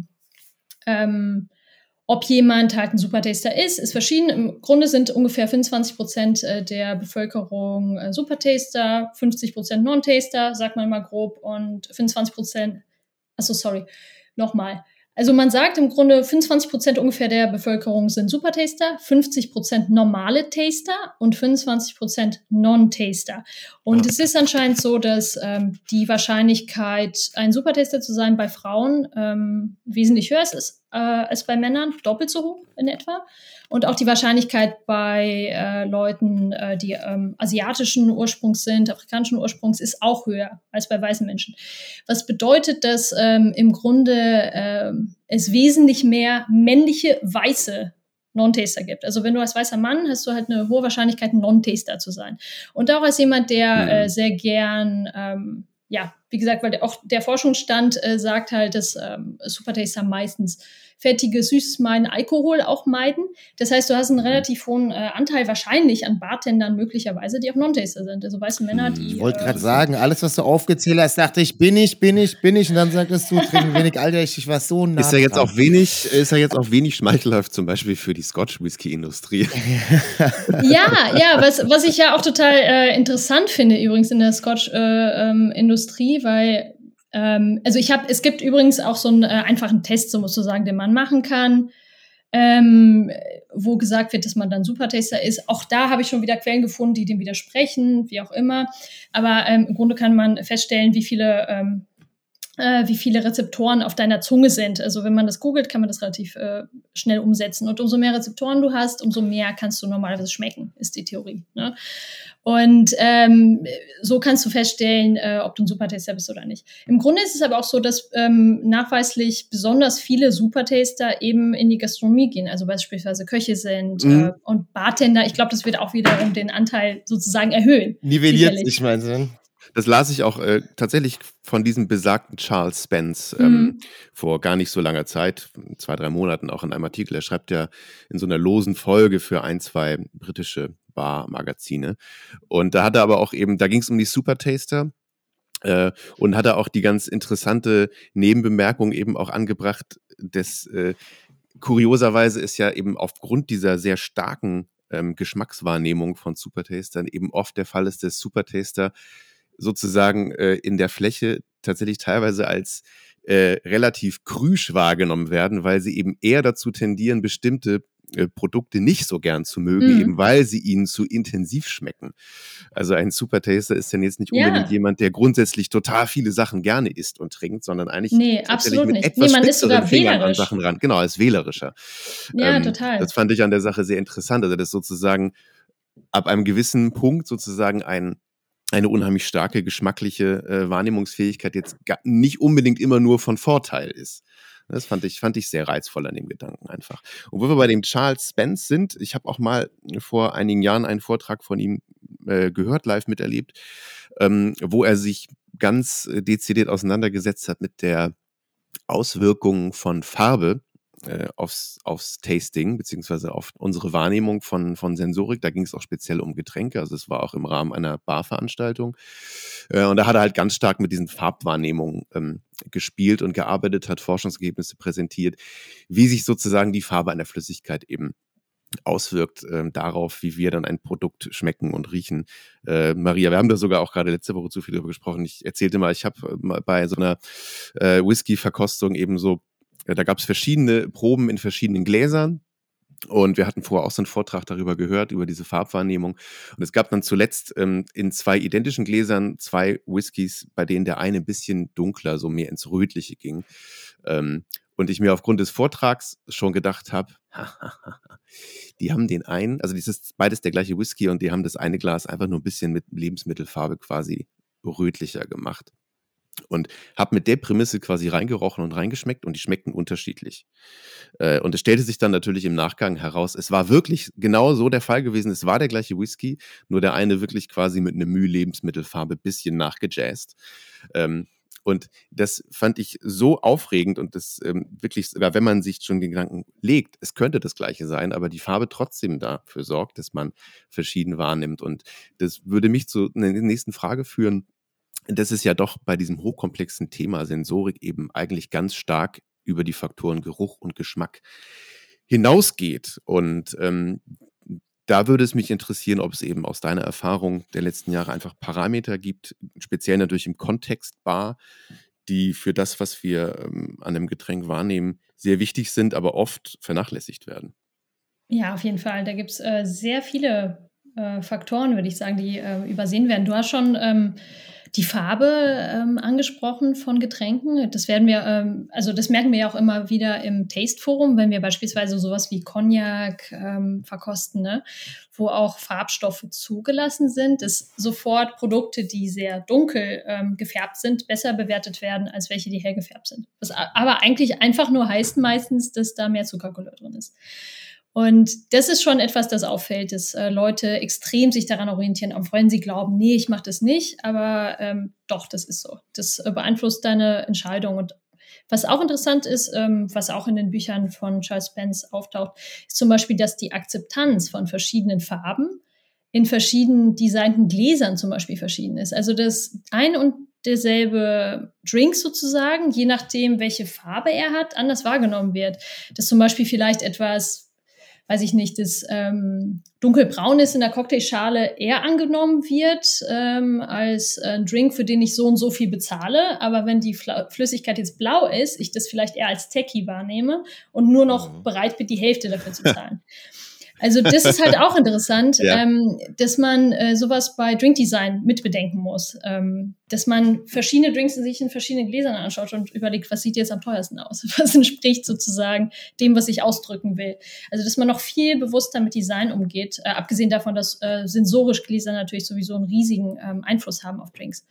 ob jemand halt ein Supertaster ist verschieden. Im Grunde sind ungefähr 25% der Bevölkerung Supertaster, 50% Non-Taster, sagt man mal grob, und 25%, Also man sagt im Grunde, 25% ungefähr der Bevölkerung sind Supertaster, 50% normale Taster und 25% Non-Taster. Und es ist anscheinend so, dass die Wahrscheinlichkeit, ein Supertaster zu sein, bei Frauen wesentlich höher ist als bei Männern, doppelt so hoch in etwa. Und auch die Wahrscheinlichkeit bei Leuten, die asiatischen Ursprungs sind, afrikanischen Ursprungs, ist auch höher als bei weißen Menschen. Was bedeutet, dass im Grunde es wesentlich mehr männliche, weiße Non-Taster gibt. Also wenn du als weißer Mann hast du halt eine hohe Wahrscheinlichkeit, ein Non-Taster zu sein. Und auch als jemand, der sehr gern, wie gesagt, weil auch der Forschungsstand sagt halt, dass Supertaster meistens fettiges, süßes meiden, Alkohol auch meiden. Das heißt, du hast einen relativ hohen Anteil wahrscheinlich an Bartendern möglicherweise, die auch Non-Taster sind. Also weiße Männer, die... Ich wollte gerade sagen, alles, was du aufgezählt hast, dachte ich, bin ich. Und dann sagtest du, trink wenig, Alter, ich war so nah Ist ja jetzt auch wenig schmeichelhaft zum Beispiel für die Scotch-Whisky-Industrie. Ja, was ich ja auch total interessant finde übrigens in der Scotch-Industrie, weil es gibt übrigens auch so einen einfachen Test, so sozusagen, den man machen kann, wo gesagt wird, dass man dann Supertaster ist. Auch da habe ich schon wieder Quellen gefunden, die dem widersprechen, wie auch immer. Aber im Grunde kann man feststellen, wie viele Rezeptoren auf deiner Zunge sind. Also wenn man das googelt, kann man das relativ schnell umsetzen. Und umso mehr Rezeptoren du hast, umso mehr kannst du normalerweise schmecken, ist die Theorie. Ne? Und so kannst du feststellen, ob du ein Supertaster bist oder nicht. Im Grunde ist es aber auch so, dass nachweislich besonders viele Supertaster eben in die Gastronomie gehen, also beispielsweise Köche sind und Bartender. Ich glaube, das wird auch wiederum den Anteil sozusagen erhöhen. Nivelliert sich, meinst du? Das las ich auch tatsächlich von diesem besagten Charles Spence vor gar nicht so langer Zeit, 2-3 Monaten, auch in einem Artikel. Er schreibt ja in so einer losen Folge für 1-2 britische Bar-Magazine. Und da hat er aber auch eben, da ging es um die Supertaster und hat er auch die ganz interessante Nebenbemerkung eben auch angebracht, dass kurioserweise ist ja eben aufgrund dieser sehr starken Geschmackswahrnehmung von Supertastern eben oft der Fall ist, dass Supertaster sozusagen in der Fläche tatsächlich teilweise als relativ krüsch wahrgenommen werden, weil sie eben eher dazu tendieren, bestimmte Produkte nicht so gern zu mögen, eben weil sie ihnen zu intensiv schmecken. Also ein Supertaster ist dann jetzt nicht unbedingt jemand, der grundsätzlich total viele Sachen gerne isst und trinkt, sondern eigentlich absolut mit nicht. etwas Man ist sogar Fingern wählerisch. an Sachen ran. Genau, als wählerischer. Ja, total. Das fand ich an der Sache sehr interessant. Also das sozusagen ab einem gewissen Punkt sozusagen eine unheimlich starke geschmackliche Wahrnehmungsfähigkeit jetzt nicht unbedingt immer nur von Vorteil ist. Das fand ich sehr reizvoll an dem Gedanken einfach. Und wo wir bei dem Charles Spence sind, ich habe auch mal vor einigen Jahren einen Vortrag von ihm gehört, live miterlebt, wo er sich ganz dezidiert auseinandergesetzt hat mit der Auswirkung von Farbe aufs Tasting, beziehungsweise auf unsere Wahrnehmung von Sensorik. Da ging es auch speziell um Getränke, also es war auch im Rahmen einer Barveranstaltung. Und da hat er halt ganz stark mit diesen Farbwahrnehmungen gespielt und gearbeitet, hat Forschungsergebnisse präsentiert, wie sich sozusagen die Farbe einer Flüssigkeit eben auswirkt darauf, wie wir dann ein Produkt schmecken und riechen. Maria, wir haben da sogar auch gerade letzte Woche zu viel darüber gesprochen. Ich erzählte mal, ich habe bei so einer Whisky-Verkostung eben so, da gab es verschiedene Proben in verschiedenen Gläsern. Und wir hatten vorher auch so einen Vortrag darüber gehört, über diese Farbwahrnehmung. Und es gab dann zuletzt in 2 identischen Gläsern 2 Whiskys, bei denen der eine ein bisschen dunkler, so mehr ins Rötliche ging. Und ich mir aufgrund des Vortrags schon gedacht habe, die haben den einen, also das ist beides der gleiche Whisky und die haben das eine Glas einfach nur ein bisschen mit Lebensmittelfarbe quasi rötlicher gemacht. Und habe mit der Prämisse quasi reingerochen und reingeschmeckt und die schmeckten unterschiedlich. Und es stellte sich dann natürlich im Nachgang heraus, es war wirklich genau so der Fall gewesen, es war der gleiche Whisky, nur der eine wirklich quasi mit einer Mühe Lebensmittelfarbe bisschen nachgejazzt. Und das fand ich so aufregend und das wirklich, wenn man sich schon den Gedanken legt, es könnte das Gleiche sein, aber die Farbe trotzdem dafür sorgt, dass man verschieden wahrnimmt. Und das würde mich zu einer nächsten Frage führen. Das ist ja doch bei diesem hochkomplexen Thema Sensorik eben eigentlich ganz stark über die Faktoren Geruch und Geschmack hinausgeht. Und da würde es mich interessieren, ob es eben aus deiner Erfahrung der letzten Jahre einfach Parameter gibt, speziell natürlich im Kontext Bar, die für das, was wir an einem Getränk wahrnehmen, sehr wichtig sind, aber oft vernachlässigt werden. Ja, auf jeden Fall. Da gibt es sehr viele Faktoren, würde ich sagen, die übersehen werden. Du hast schon die Farbe angesprochen von Getränken. Das werden wir, das merken wir ja auch immer wieder im Taste-Forum, wenn wir beispielsweise sowas wie Cognac verkosten, ne? Wo auch Farbstoffe zugelassen sind, dass sofort Produkte, die sehr dunkel gefärbt sind, besser bewertet werden, als welche, die hell gefärbt sind. Was aber eigentlich einfach nur heißt meistens, dass da mehr Zuckercouleur drin ist. Und das ist schon etwas, das auffällt, dass Leute extrem sich daran orientieren, auch wenn sie glauben, nee, ich mache das nicht, aber doch, das ist so. Das beeinflusst deine Entscheidung. Und was auch interessant ist, was auch in den Büchern von Charles Spence auftaucht, ist zum Beispiel, dass die Akzeptanz von verschiedenen Farben in verschiedenen designten Gläsern zum Beispiel verschieden ist. Also dass ein und derselbe Drink sozusagen, je nachdem, welche Farbe er hat, anders wahrgenommen wird. Dass zum Beispiel vielleicht etwas, weiß ich nicht, das dunkelbraun ist in der Cocktailschale eher angenommen wird als ein Drink, für den ich so und so viel bezahle. Aber wenn die Flüssigkeit jetzt blau ist, ich das vielleicht eher als Techie wahrnehme und nur noch bereit bin, die Hälfte dafür zu zahlen. Also das ist halt auch interessant, dass man sowas bei Drinkdesign mitbedenken muss. Dass man verschiedene Drinks sich in verschiedenen Gläsern anschaut und überlegt, was sieht jetzt am teuersten aus? Was entspricht sozusagen dem, was ich ausdrücken will? Also dass man noch viel bewusster mit Design umgeht, abgesehen davon, dass sensorisch Gläser natürlich sowieso einen riesigen Einfluss haben auf Drinks.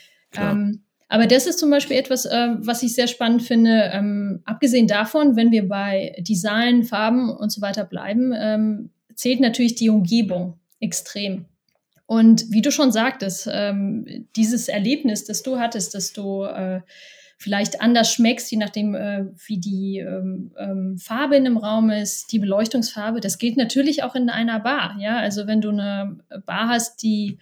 Aber das ist zum Beispiel etwas, was ich sehr spannend finde. Abgesehen davon, wenn wir bei Design, Farben und so weiter bleiben, zählt natürlich die Umgebung extrem. Und wie du schon sagtest, dieses Erlebnis, das du hattest, dass du vielleicht anders schmeckst, je nachdem, wie die Farbe in einem Raum ist, die Beleuchtungsfarbe, das gilt natürlich auch in einer Bar. Ja? Also wenn du eine Bar hast, die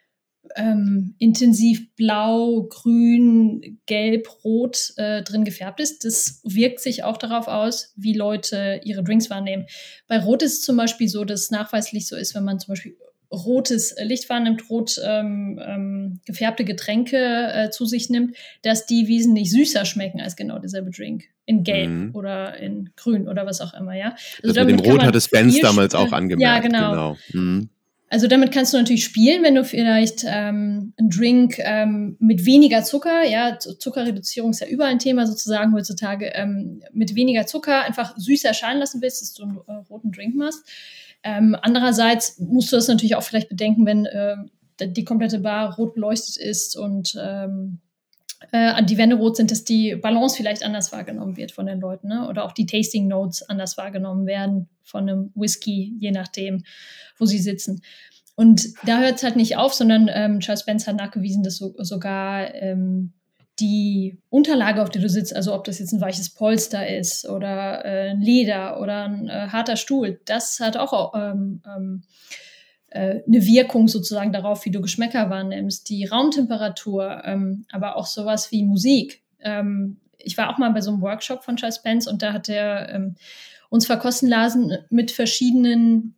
intensiv blau, grün, gelb, rot drin gefärbt ist. Das wirkt sich auch darauf aus, wie Leute ihre Drinks wahrnehmen. Bei Rot ist es zum Beispiel so, dass es nachweislich so ist, wenn man zum Beispiel rotes Licht wahrnimmt, rot gefärbte Getränke zu sich nimmt, dass die wesentlich süßer schmecken als genau derselbe Drink. In Gelb oder in Grün oder was auch immer, ja. Also das mit dem Rot hatte Spence damals auch angemerkt. Ja, genau. Also damit kannst du natürlich spielen, wenn du vielleicht einen Drink mit weniger Zucker, ja, Zuckerreduzierung ist ja überall ein Thema sozusagen heutzutage, mit weniger Zucker einfach süßer erscheinen lassen willst, dass du einen roten Drink machst. Andererseits musst du das natürlich auch vielleicht bedenken, wenn die komplette Bar rot beleuchtet ist und die Wände rot sind, dass die Balance vielleicht anders wahrgenommen wird von den Leuten, ne? Oder auch die Tasting Notes anders wahrgenommen werden von einem Whisky, je nachdem, wo sie sitzen. Und da hört es halt nicht auf, sondern Charles Spence hat nachgewiesen, dass sogar die Unterlage, auf der du sitzt, also ob das jetzt ein weiches Polster ist oder ein Leder oder ein harter Stuhl, das hat auch eine Wirkung sozusagen darauf, wie du Geschmäcker wahrnimmst, die Raumtemperatur, aber auch sowas wie Musik. Ich war auch mal bei so einem Workshop von Charles Spence und da hat er uns verkosten lassen mit verschiedener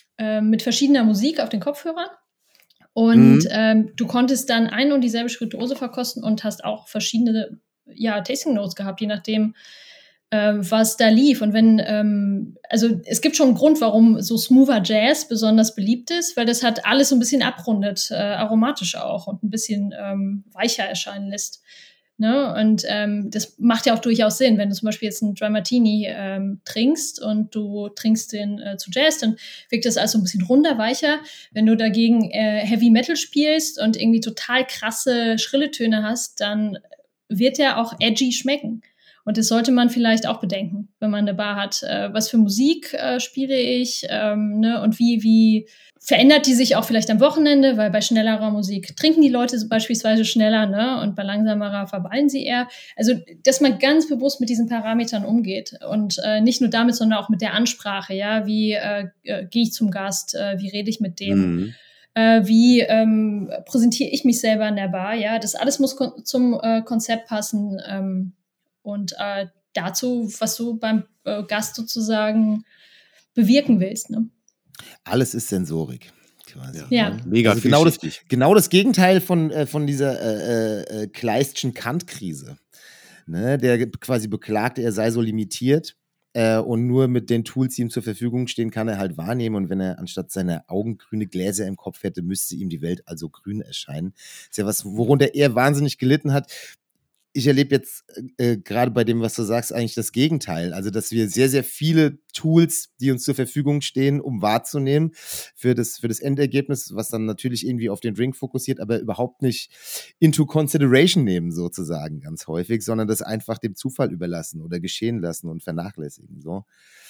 Musik auf den Kopfhörern. Und du konntest dann ein und dieselbe Spirituose verkosten und hast auch verschiedene Tasting Notes gehabt, je nachdem, was da lief. Und wenn, also es gibt schon einen Grund, warum so smoother Jazz besonders beliebt ist, weil das halt alles so ein bisschen abrundet, aromatisch auch und ein bisschen weicher erscheinen lässt. Ne? Und das macht ja auch durchaus Sinn, wenn du zum Beispiel jetzt einen Dry Martini trinkst und du trinkst den zu Jazz, dann wirkt das alles so ein bisschen runder, weicher. Wenn du dagegen Heavy Metal spielst und irgendwie total krasse, schrille Töne hast, dann wird der auch edgy schmecken. Und das sollte man vielleicht auch bedenken, wenn man eine Bar hat. Was für Musik spiele ich, ne? Und wie verändert die sich auch vielleicht am Wochenende? Weil bei schnellerer Musik trinken die Leute beispielsweise schneller, ne? Und bei langsamerer verballen sie eher. Also, dass man ganz bewusst mit diesen Parametern umgeht. Und nicht nur damit, sondern auch mit der Ansprache. Ja, wie gehe ich zum Gast? Wie rede ich mit dem? Wie präsentiere ich mich selber in der Bar? Ja, das alles muss zum Konzept passen. Und dazu, was du beim Gast sozusagen bewirken willst. Ne? Alles ist Sensorik. Quasi. Ja. Mega also genau das Gegenteil von dieser Kleistschen Kant-Krise. Ne? Der quasi beklagte, er sei so limitiert und nur mit den Tools, die ihm zur Verfügung stehen, kann er halt wahrnehmen. Und wenn er anstatt seiner Augen grüne Gläser im Kopf hätte, müsste ihm die Welt also grün erscheinen. Das ist ja was, worunter er wahnsinnig gelitten hat. Ich erlebe jetzt gerade bei dem, was du sagst, eigentlich das Gegenteil. Also, dass wir sehr, sehr viele Tools, die uns zur Verfügung stehen, um wahrzunehmen für das Endergebnis, was dann natürlich irgendwie auf den Drink fokussiert, aber überhaupt nicht into consideration nehmen sozusagen ganz häufig, sondern das einfach dem Zufall überlassen oder geschehen lassen und vernachlässigen. So.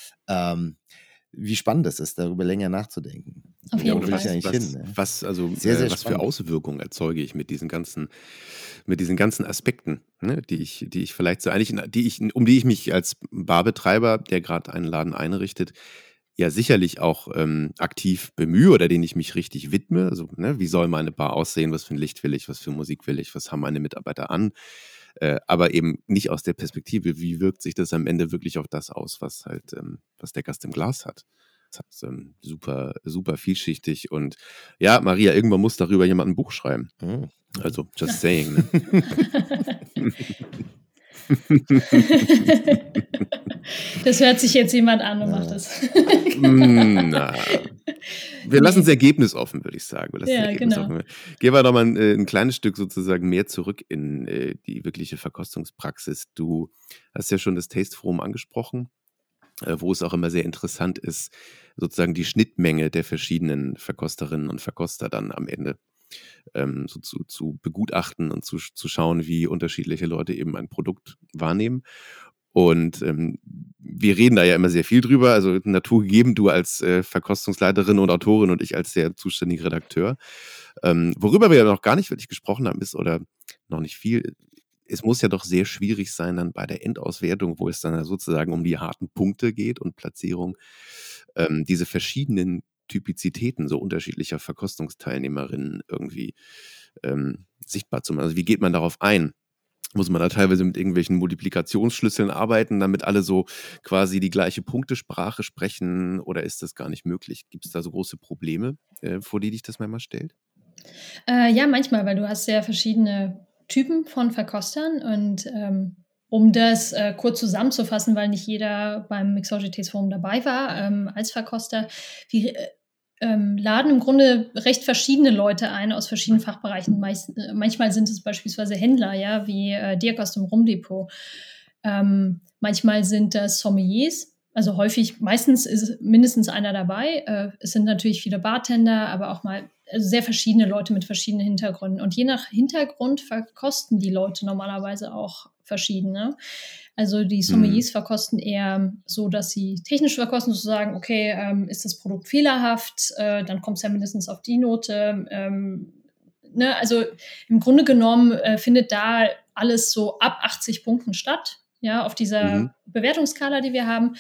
Wie spannend es ist, darüber länger nachzudenken. Auf jeden Fall. Was für Auswirkungen erzeuge ich mit diesen ganzen Aspekten, ne, die ich vielleicht so eigentlich, um die ich mich als Barbetreiber, der gerade einen Laden einrichtet, ja sicherlich auch aktiv bemühe oder denen ich mich richtig widme. Also, ne, wie soll meine Bar aussehen? Was für ein Licht will ich? Was für Musik will ich? Was haben meine Mitarbeiter an? Aber eben nicht aus der Perspektive, wie wirkt sich das am Ende wirklich auf das aus, was der Gast im Glas hat. Das ist super, super vielschichtig und ja, Maria, irgendwann muss darüber jemand ein Buch schreiben. Also, just saying. Ne? Das hört sich jetzt jemand an und macht das. Na, wir lassen das Ergebnis offen, würde ich sagen. Genau. Gehen wir doch mal ein kleines Stück sozusagen mehr zurück in die wirkliche Verkostungspraxis. Du hast ja schon das Taste Forum angesprochen, wo es auch immer sehr interessant ist, sozusagen die Schnittmenge der verschiedenen Verkosterinnen und Verkoster dann am Ende so zu begutachten und zu schauen, wie unterschiedliche Leute eben ein Produkt wahrnehmen. Und wir reden da ja immer sehr viel drüber, also naturgegeben, du als Verkostungsleiterin und Autorin und ich als der zuständige Redakteur. Worüber wir ja noch gar nicht wirklich gesprochen haben, ist oder noch nicht viel, es muss ja doch sehr schwierig sein dann bei der Endauswertung, wo es dann sozusagen um die harten Punkte geht und Platzierung, diese verschiedenen Typizitäten so unterschiedlicher Verkostungsteilnehmerinnen irgendwie sichtbar zu machen. Also wie geht man darauf ein? Muss man da teilweise mit irgendwelchen Multiplikationsschlüsseln arbeiten, damit alle so quasi die gleiche Punktesprache sprechen, oder ist das gar nicht möglich? Gibt es da so große Probleme, vor die dich das manchmal stellt? Ja, manchmal, weil du hast sehr verschiedene Typen von Verkostern und um das kurz zusammenzufassen, weil nicht jeder beim Mixology-Taste-Forum dabei war als Verkoster, wir laden im Grunde recht verschiedene Leute ein aus verschiedenen Fachbereichen. Manchmal sind es beispielsweise Händler, ja, wie Dirk aus dem Rumdepot. Manchmal sind das Sommeliers, also meistens ist mindestens einer dabei. Es sind natürlich viele Bartender, aber auch mal sehr verschiedene Leute mit verschiedenen Hintergründen. Und je nach Hintergrund verkosten die Leute normalerweise auch verschiedene. Also die Sommeliers verkosten eher so, dass sie technisch verkosten, sozusagen, okay, ist das Produkt fehlerhaft, dann kommt es ja mindestens auf die Note. Also im Grunde genommen findet da alles so ab 80 Punkten statt, ja, auf dieser Bewertungsskala, die wir haben.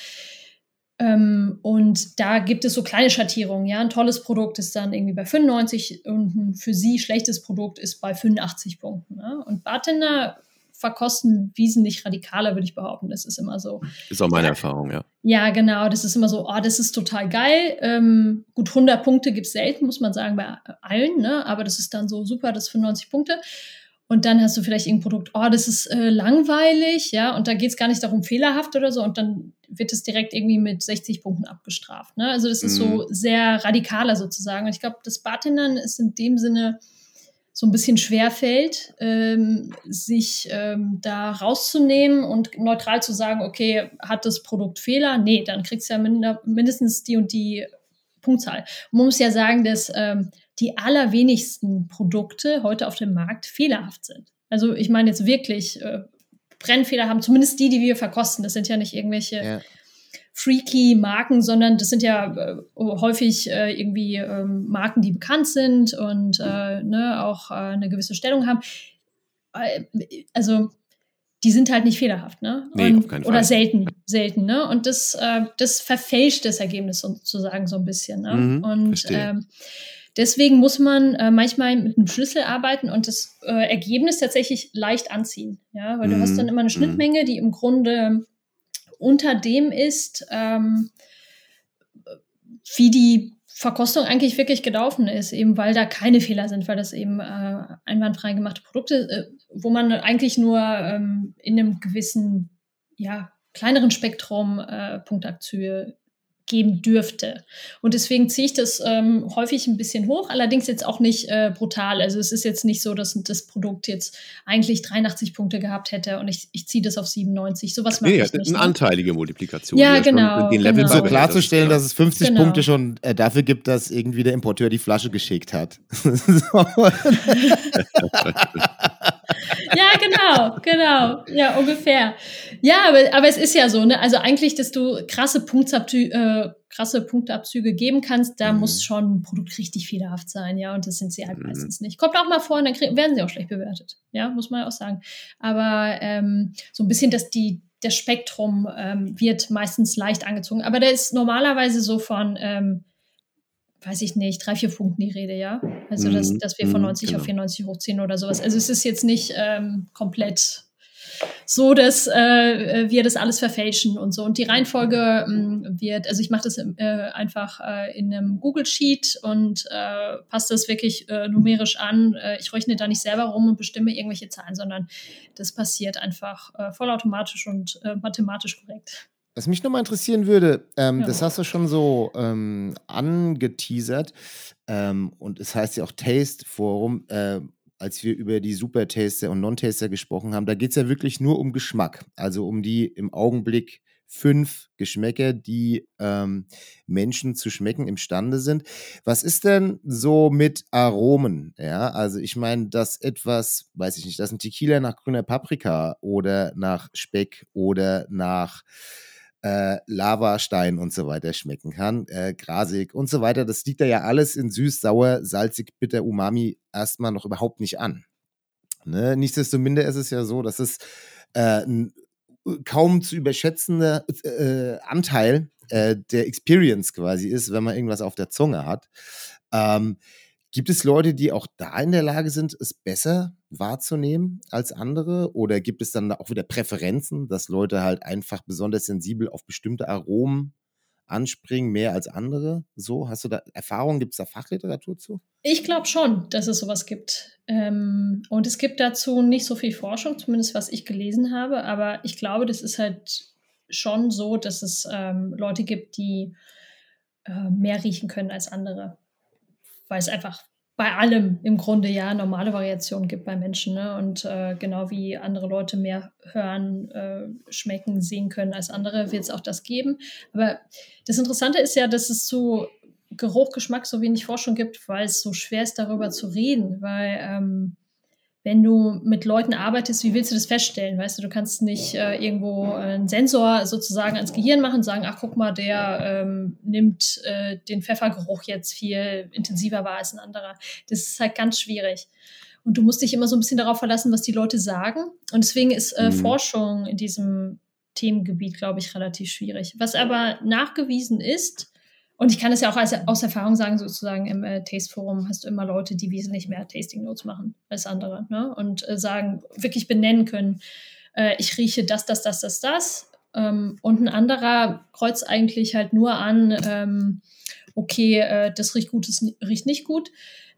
Und da gibt es so kleine Schattierungen, ja, ein tolles Produkt ist dann irgendwie bei 95 und ein für sie schlechtes Produkt ist bei 85 Punkten. Ne? Und Bartender verkosten wesentlich radikaler, würde ich behaupten. Das ist immer so. Ist auch meine Erfahrung, ja. Ja, genau. Das ist immer so, das ist total geil. Gut, 100 Punkte gibt es selten, muss man sagen, bei allen. Ne? Aber das ist dann so super, das 95 Punkte. Und dann hast du vielleicht irgendein Produkt, das ist langweilig, ja, und da geht es gar nicht darum, fehlerhaft oder so, und dann wird es direkt irgendwie mit 60 Punkten abgestraft. Ne? Also das ist so sehr radikaler sozusagen. Und ich glaube, das Bartendern ist in dem Sinne so ein bisschen schwerfällt, sich da rauszunehmen und neutral zu sagen, okay, hat das Produkt Fehler? Nee, dann kriegst du ja mindestens die und die Punktzahl. Und man muss ja sagen, dass die allerwenigsten Produkte heute auf dem Markt fehlerhaft sind. Also ich meine jetzt wirklich Brennfehler haben, zumindest die wir verkosten. Das sind ja nicht irgendwelche freaky Marken, sondern das sind ja häufig irgendwie Marken, die bekannt sind und auch eine gewisse Stellung haben. Also die sind halt nicht fehlerhaft, ne? Nee, auf keinen Fall. Oder selten, ne? Und das verfälscht das Ergebnis sozusagen so ein bisschen, ne? Und deswegen muss man manchmal mit einem Schlüssel arbeiten und das Ergebnis tatsächlich leicht anziehen, ja? Weil du hast dann immer eine Schnittmenge, die im Grunde unter dem ist, wie die Verkostung eigentlich wirklich gelaufen ist, eben weil da keine Fehler sind, weil das eben einwandfrei gemachte Produkte, wo man eigentlich nur in einem gewissen, kleineren Spektrum Punktabzüge geben dürfte. Und deswegen ziehe ich das häufig ein bisschen hoch, allerdings jetzt auch nicht brutal. Also es ist jetzt nicht so, dass das Produkt jetzt eigentlich 83 Punkte gehabt hätte und ich ziehe das auf 97. Sowas mache ich nicht. Eine anteilige Multiplikation. Ja, genau. So klarzustellen, dass es 50 Punkte schon dafür gibt, dass irgendwie der Importeur die Flasche geschickt hat. Ja, genau. Ja, ungefähr. Ja, aber es ist ja so, ne? Also eigentlich, dass du krasse Punktabzüge geben kannst, da muss schon ein Produkt richtig fehlerhaft sein, ja, und das sind sie halt meistens nicht. Kommt auch mal vor und dann werden sie auch schlecht bewertet, ja, muss man auch sagen. Aber so ein bisschen, dass das Spektrum wird meistens leicht angezogen, aber da ist normalerweise so von weiß ich nicht, 3-4 Punkten die Rede, ja. Also, dass wir von 90 auf 94 hochziehen oder sowas. Also, es ist jetzt nicht komplett so, dass wir das alles verfälschen und so. Und die Reihenfolge also ich mache das einfach in einem Google-Sheet und passe das wirklich numerisch an. Ich rechne da nicht selber rum und bestimme irgendwelche Zahlen, sondern das passiert einfach vollautomatisch und mathematisch korrekt. Was mich nochmal interessieren würde, das hast du schon so angeteasert, und es heißt ja auch Taste Forum, als wir über die Super-Taster und Non-Taster gesprochen haben, da geht es ja wirklich nur um Geschmack, also um die im Augenblick 5 Geschmäcker, die Menschen zu schmecken imstande sind. Was ist denn so mit Aromen? Ja, also ich meine, dass etwas, weiß ich nicht, dass ein Tequila nach grüner Paprika oder nach Speck oder nach Lavastein und so weiter schmecken kann, grasig und so weiter, das liegt da ja alles in süß, sauer, salzig, bitter, Umami erstmal noch überhaupt nicht an. Ne? Nichtsdestominder ist es ja so, dass es ein kaum zu überschätzender Anteil der Experience quasi ist, wenn man irgendwas auf der Zunge hat. Gibt es Leute, die auch da in der Lage sind, es besser wahrzunehmen als andere? Oder gibt es dann auch wieder Präferenzen, dass Leute halt einfach besonders sensibel auf bestimmte Aromen anspringen, mehr als andere? So, hast du da Erfahrungen? Gibt es da Fachliteratur zu? Ich glaube schon, dass es sowas gibt. Und es gibt dazu nicht so viel Forschung, zumindest was ich gelesen habe. Aber ich glaube, das ist halt schon so, dass es Leute gibt, die mehr riechen können als andere. Weil es einfach bei allem im Grunde ja normale Variationen gibt bei Menschen. Ne? Und genau wie andere Leute mehr hören, schmecken, sehen können als andere, wird es auch das geben. Aber das Interessante ist ja, dass es zu Geruch, Geschmack so wenig Forschung gibt, weil es so schwer ist, darüber zu reden. Weil wenn du mit Leuten arbeitest, wie willst du das feststellen? Weißt du, du kannst nicht irgendwo einen Sensor sozusagen ans Gehirn machen und sagen, ach guck mal, der nimmt den Pfeffergeruch jetzt viel intensiver wahr als ein anderer. Das ist halt ganz schwierig. Und du musst dich immer so ein bisschen darauf verlassen, was die Leute sagen. Und deswegen ist Forschung in diesem Themengebiet, glaube ich, relativ schwierig. Was aber nachgewiesen ist, und ich kann es ja auch aus Erfahrung sagen, sozusagen im Taste-Forum hast du immer Leute, die wesentlich mehr Tasting-Notes machen als andere, ne? Und sagen, wirklich benennen können, ich rieche das. Und ein anderer kreuzt eigentlich halt nur an, okay, das riecht gut, das riecht nicht gut.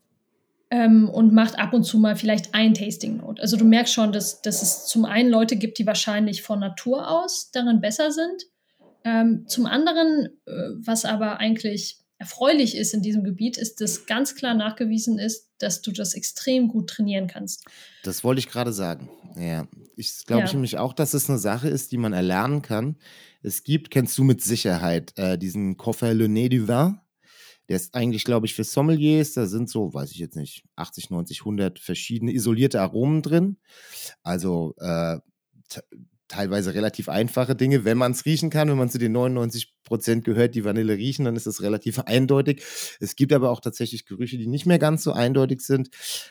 Und macht ab und zu mal vielleicht ein Tasting-Note. Also du merkst schon, dass es zum einen Leute gibt, die wahrscheinlich von Natur aus darin besser sind. Zum anderen, was aber eigentlich erfreulich ist in diesem Gebiet, ist, dass ganz klar nachgewiesen ist, dass du das extrem gut trainieren kannst. Das wollte ich gerade sagen. Ja, ich glaube nämlich auch, dass es eine Sache ist, die man erlernen kann. Es gibt, kennst du mit Sicherheit, diesen Koffer Le Nez du Vin. Der ist eigentlich, glaube ich, für Sommeliers. Da sind so, weiß ich jetzt nicht, 80, 90, 100 verschiedene isolierte Aromen drin. Also teilweise relativ einfache Dinge, wenn man es riechen kann. Wenn man zu den 99% gehört, die Vanille riechen, dann ist das relativ eindeutig. Es gibt aber auch tatsächlich Gerüche, die nicht mehr ganz so eindeutig sind.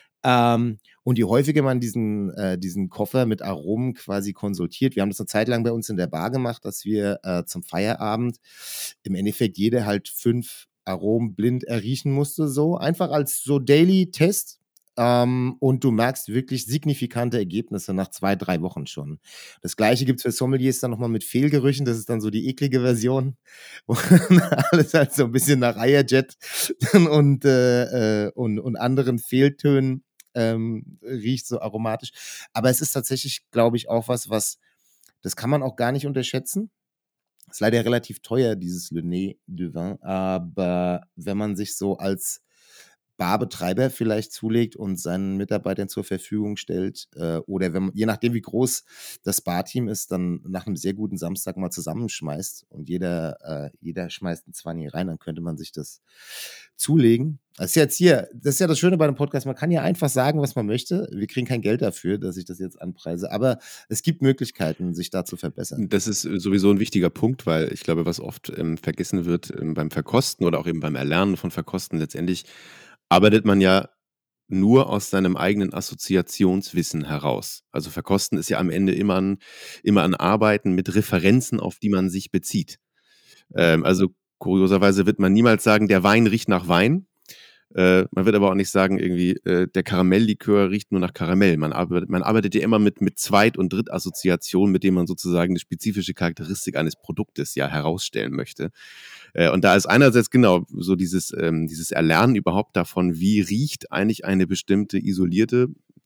Und je häufiger man diesen Koffer mit Aromen quasi konsultiert, wir haben das eine Zeit lang bei uns in der Bar gemacht, dass wir zum Feierabend im Endeffekt jeder halt 5 Aromen blind erriechen musste, so einfach als so Daily-Test. Und du merkst wirklich signifikante Ergebnisse nach 2-3 Wochen schon. Das Gleiche gibt es für Sommeliers dann nochmal mit Fehlgerüchen. Das ist dann so die eklige Version, wo alles halt so ein bisschen nach Eierjet und anderen Fehltönen riecht, so aromatisch. Aber es ist tatsächlich, glaube ich, auch was, das kann man auch gar nicht unterschätzen. Ist leider relativ teuer, dieses Le Nez du Vin. Aber wenn man sich so als Barbetreiber vielleicht zulegt und seinen Mitarbeitern zur Verfügung stellt, oder wenn man, je nachdem wie groß das Barteam ist, dann nach einem sehr guten Samstag mal zusammenschmeißt und jeder schmeißt einen 20 rein, dann könnte man sich das zulegen. Das ist ja das Schöne bei dem Podcast, man kann ja einfach sagen, was man möchte. Wir kriegen kein Geld dafür, dass ich das jetzt anpreise, aber es gibt Möglichkeiten, sich da zu verbessern. Das ist sowieso ein wichtiger Punkt, weil ich glaube, was oft vergessen wird beim Verkosten oder auch eben beim Erlernen von Verkosten, letztendlich arbeitet man ja nur aus seinem eigenen Assoziationswissen heraus. Also Verkosten ist ja am Ende immer ein Arbeiten mit Referenzen, auf die man sich bezieht. Also kurioserweise wird man niemals sagen, der Wein riecht nach Wein. Man wird aber auch nicht sagen, irgendwie, der Karamelllikör riecht nur nach Karamell. Man arbeitet ja immer mit Zweit- und Drittassoziationen, mit denen man sozusagen eine spezifische Charakteristik eines Produktes ja herausstellen möchte. Und da ist einerseits genau so dieses Erlernen überhaupt davon, wie riecht eigentlich eine bestimmte isolierte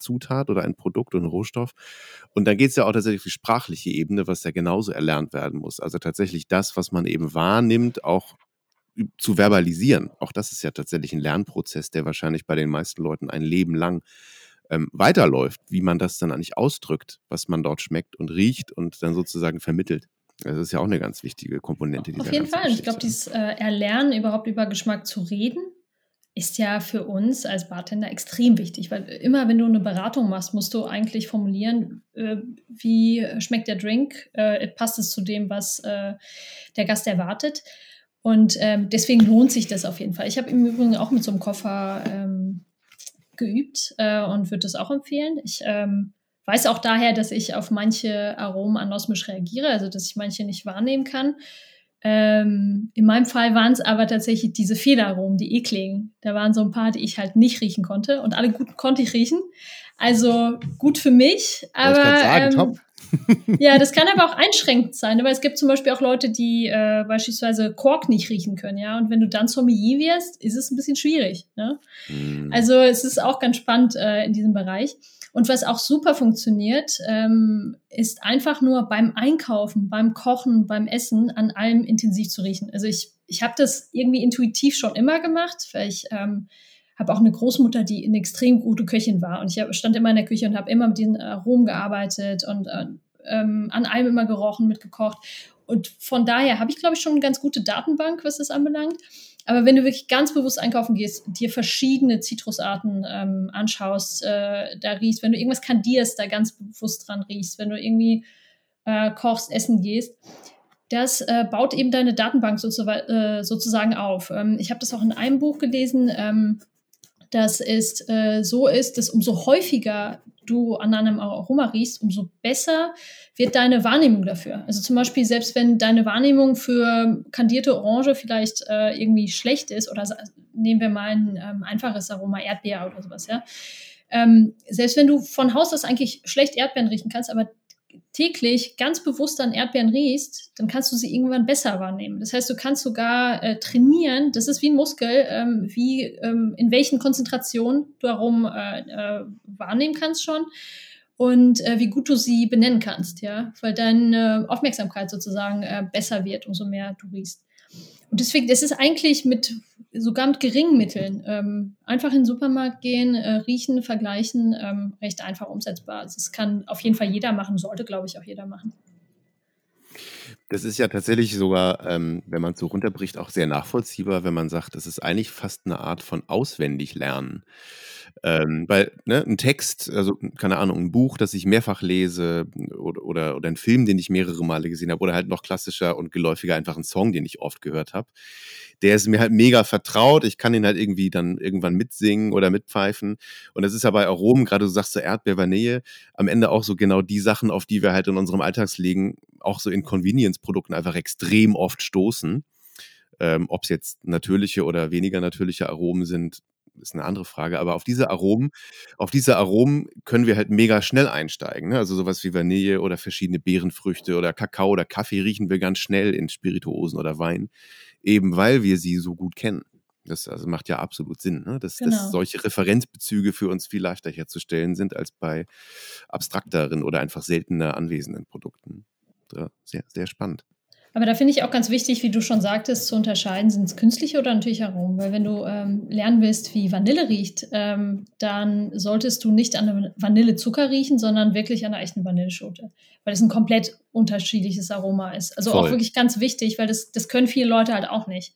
Zutat oder ein Produkt und ein Rohstoff. Und dann geht es ja auch tatsächlich auf die sprachliche Ebene, was ja genauso erlernt werden muss. Also tatsächlich das, was man eben wahrnimmt, auch zu verbalisieren. Auch das ist ja tatsächlich ein Lernprozess, der wahrscheinlich bei den meisten Leuten ein Leben lang weiterläuft, wie man das dann eigentlich ausdrückt, was man dort schmeckt und riecht und dann sozusagen vermittelt. Das ist ja auch eine ganz wichtige Komponente dieser Auf jeden ganzen Fall. Und ich glaube, Geschichte. dieses Erlernen, überhaupt über Geschmack zu reden, ist ja für uns als Bartender extrem wichtig, weil immer, wenn du eine Beratung machst, musst du eigentlich formulieren, wie schmeckt der Drink, passt es zu dem, was der Gast erwartet. Und deswegen lohnt sich das auf jeden Fall. Ich habe im Übrigen auch mit so einem Koffer geübt und würde das auch empfehlen. Ich weiß auch daher, dass ich auf manche Aromen anosmisch reagiere, also dass ich manche nicht wahrnehmen kann. In meinem Fall waren es aber tatsächlich diese Fehlaromen, die ekligen. Da waren so ein paar, die ich halt nicht riechen konnte und alle guten konnte ich riechen. Also gut für mich, aber Wollte ich grad sagen, top. ja, das kann aber auch einschränkend sein, weil es gibt zum Beispiel auch Leute, die beispielsweise Kork nicht riechen können, ja. Und wenn du dann Sommelier wirst, ist es ein bisschen schwierig, ne? Also es ist auch ganz spannend in diesem Bereich. Und was auch super funktioniert, ist einfach nur beim Einkaufen, beim Kochen, beim Essen an allem intensiv zu riechen. Also ich habe das irgendwie intuitiv schon immer gemacht, weil ich habe auch eine Großmutter, die eine extrem gute Köchin war. Und ich stand immer in der Küche und habe immer mit diesen Aromen gearbeitet und an allem immer gerochen, mitgekocht. Und von daher habe ich, glaube ich, schon eine ganz gute Datenbank, was das anbelangt. Aber wenn du wirklich ganz bewusst einkaufen gehst, dir verschiedene Zitrusarten anschaust, da riechst, wenn du irgendwas kandierst, da ganz bewusst dran riechst, wenn du irgendwie kochst, essen gehst, das baut eben deine Datenbank sozusagen auf. Ich habe das auch in einem Buch gelesen, dass es so ist, dass umso häufiger du an einem Aroma riechst, umso besser wird deine Wahrnehmung dafür. Also zum Beispiel, selbst wenn deine Wahrnehmung für kandierte Orange vielleicht irgendwie schlecht ist, oder nehmen wir mal ein einfaches Aroma, Erdbeer oder sowas, ja. Selbst wenn du von Haus aus eigentlich schlecht Erdbeeren riechen kannst, aber täglich ganz bewusst an Erdbeeren riechst, dann kannst du sie irgendwann besser wahrnehmen. Das heißt, du kannst sogar trainieren, das ist wie ein Muskel, in welchen Konzentrationen du Aromen wahrnehmen kannst schon und wie gut du sie benennen kannst, ja, weil deine Aufmerksamkeit sozusagen besser wird, umso mehr du riechst. Und deswegen, das ist eigentlich sogar mit geringen Mitteln, einfach in den Supermarkt gehen, riechen, vergleichen, recht einfach umsetzbar. Also das kann auf jeden Fall jeder machen, sollte, glaube ich, auch jeder machen. Das ist ja tatsächlich sogar, wenn man es so runterbricht, auch sehr nachvollziehbar, wenn man sagt, es ist eigentlich fast eine Art von Auswendiglernen. Weil ein Text, also keine Ahnung, ein Buch, das ich mehrfach lese oder ein Film, den ich mehrere Male gesehen habe oder halt noch klassischer und geläufiger einfach ein Song, den ich oft gehört habe, der ist mir halt mega vertraut. Ich kann ihn halt irgendwie dann irgendwann mitsingen oder mitpfeifen. Und das ist ja bei Aromen, gerade du sagst so Erdbeer, Vanille, am Ende auch so genau die Sachen, auf die wir halt in unserem Alltagsleben auch so in Convenience-Produkten einfach extrem oft stoßen. Ob es jetzt natürliche oder weniger natürliche Aromen sind, ist eine andere Frage. Aber auf diese Aromen können wir halt mega schnell einsteigen. Ne? Also sowas wie Vanille oder verschiedene Beerenfrüchte oder Kakao oder Kaffee riechen wir ganz schnell in Spirituosen oder Wein, eben weil wir sie so gut kennen. Das also macht ja absolut Sinn, ne? Dass solche Referenzbezüge für uns viel leichter herzustellen sind als bei abstrakteren oder einfach seltener anwesenden Produkten. Ja, sehr, sehr spannend. Aber da finde ich auch ganz wichtig, wie du schon sagtest, zu unterscheiden, sind es künstliche oder natürliche Aromen. Weil wenn du lernen willst, wie Vanille riecht, dann solltest du nicht an Vanillezucker riechen, sondern wirklich an einer echten Vanilleschote. Weil es ein komplett unterschiedliches Aroma ist. Also auch wirklich ganz wichtig, weil das können viele Leute halt auch nicht.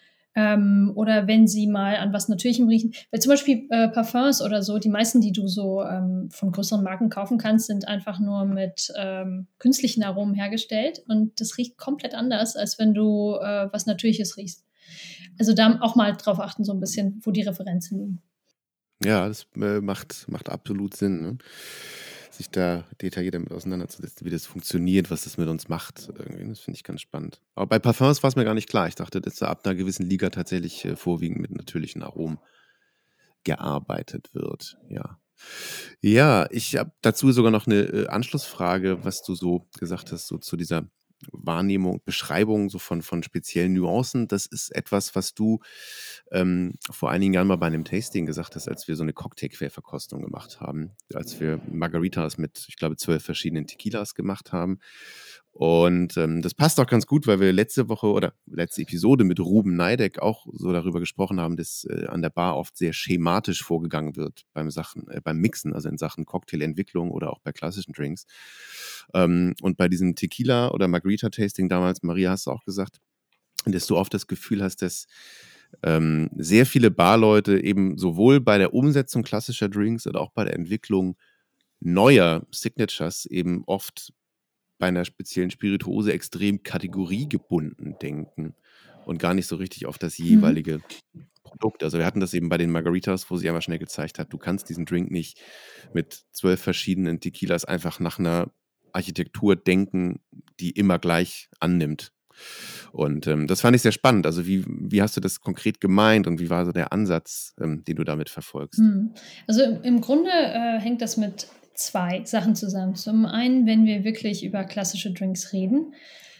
Oder wenn sie mal an was Natürlichem riechen. Weil zum Beispiel Parfums oder so, die meisten, die du so von größeren Marken kaufen kannst, sind einfach nur mit künstlichen Aromen hergestellt. Und das riecht komplett anders, als wenn du was Natürliches riechst. Also da auch mal drauf achten, so ein bisschen, wo die Referenzen liegen. Ja, das macht absolut Sinn, ne? Sich da detailliert damit auseinanderzusetzen, wie das funktioniert, was das mit uns macht. Irgendwie. Das finde ich ganz spannend. Aber bei Parfums war es mir gar nicht klar. Ich dachte, dass da ab einer gewissen Liga tatsächlich vorwiegend mit natürlichen Aromen gearbeitet wird. Ja, ich habe dazu sogar noch eine Anschlussfrage, was du so gesagt hast, so zu dieser Wahrnehmung, Beschreibung so von speziellen Nuancen, das ist etwas, was du vor einigen Jahren mal bei einem Tasting gesagt hast, als wir so eine Cocktail-Querverkostung gemacht haben, als wir Margaritas mit, ich glaube, 12 verschiedenen Tequilas gemacht haben. Und das passt auch ganz gut, weil wir letzte Episode mit Ruben Neideck auch so darüber gesprochen haben, dass an der Bar oft sehr schematisch vorgegangen wird beim Mixen, also in Sachen Cocktailentwicklung oder auch bei klassischen Drinks. Und bei diesem Tequila oder Margarita-Tasting damals, Maria, hast du auch gesagt, dass du oft das Gefühl hast, dass sehr viele Barleute eben sowohl bei der Umsetzung klassischer Drinks oder auch bei der Entwicklung neuer Signatures eben oft bei einer speziellen Spirituose extrem kategoriegebunden denken und gar nicht so richtig auf das jeweilige Produkt. Also wir hatten das eben bei den Margaritas, wo sie einmal schnell gezeigt hat, du kannst diesen Drink nicht mit 12 verschiedenen Tequilas einfach nach einer Architektur denken, die immer gleich annimmt. Und das fand ich sehr spannend. Also wie hast du das konkret gemeint und wie war so der Ansatz, den du damit verfolgst? Also im Grunde hängt das mit 2 Sachen zusammen. Zum einen, wenn wir wirklich über klassische Drinks reden,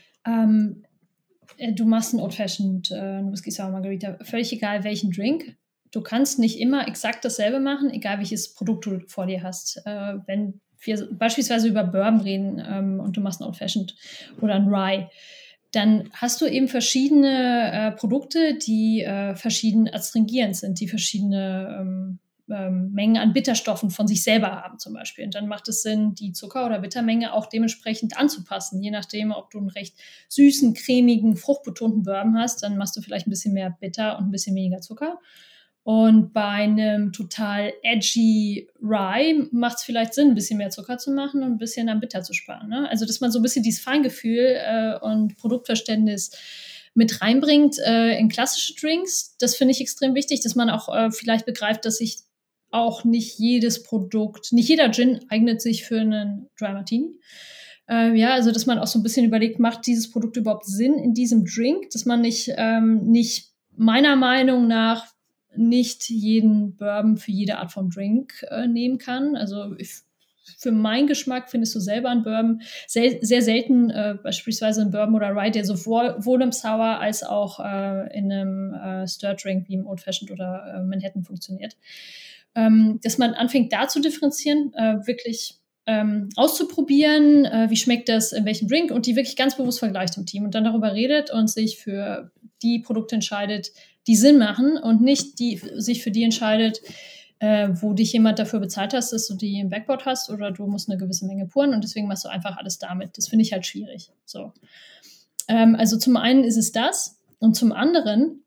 du machst einen Old Fashioned, Whisky Sour Margarita, völlig egal welchen Drink. Du kannst nicht immer exakt dasselbe machen, egal welches Produkt du vor dir hast. Wenn wir beispielsweise über Bourbon reden und du machst einen Old Fashioned oder einen Rye, dann hast du eben verschiedene Produkte, die verschieden adstringierend sind, die verschiedene Mengen an Bitterstoffen von sich selber haben zum Beispiel. Und dann macht es Sinn, die Zucker- oder Bittermenge auch dementsprechend anzupassen. Je nachdem, ob du einen recht süßen, cremigen, fruchtbetonten Bourbon hast, dann machst du vielleicht ein bisschen mehr Bitter und ein bisschen weniger Zucker. Und bei einem total edgy Rye macht es vielleicht Sinn, ein bisschen mehr Zucker zu machen und ein bisschen am Bitter zu sparen. Ne? Also, dass man so ein bisschen dieses Feingefühl und Produktverständnis mit reinbringt in klassische Drinks, das finde ich extrem wichtig, dass man auch vielleicht begreift, dass sich auch nicht jedes Produkt, nicht jeder Gin eignet sich für einen Dry Martini. Also dass man auch so ein bisschen überlegt, macht dieses Produkt überhaupt Sinn in diesem Drink, dass man nicht meiner Meinung nach nicht jeden Bourbon für jede Art von Drink nehmen kann. Also für meinen Geschmack findest du selber einen Bourbon sehr, sehr selten, beispielsweise einen Bourbon oder Rye, der sowohl im Sour als auch in einem Stir-Drink wie im Old Fashioned oder Manhattan funktioniert. Dass man anfängt, da zu differenzieren, wirklich auszuprobieren, wie schmeckt das in welchem Drink und die wirklich ganz bewusst vergleicht im Team und dann darüber redet und sich für die Produkte entscheidet, die Sinn machen und nicht sich für die entscheidet, wo dich jemand dafür bezahlt hast, dass du die im Backboard hast oder du musst eine gewisse Menge puren und deswegen machst du einfach alles damit. Das finde ich halt schwierig. So. Also zum einen ist es das und zum anderen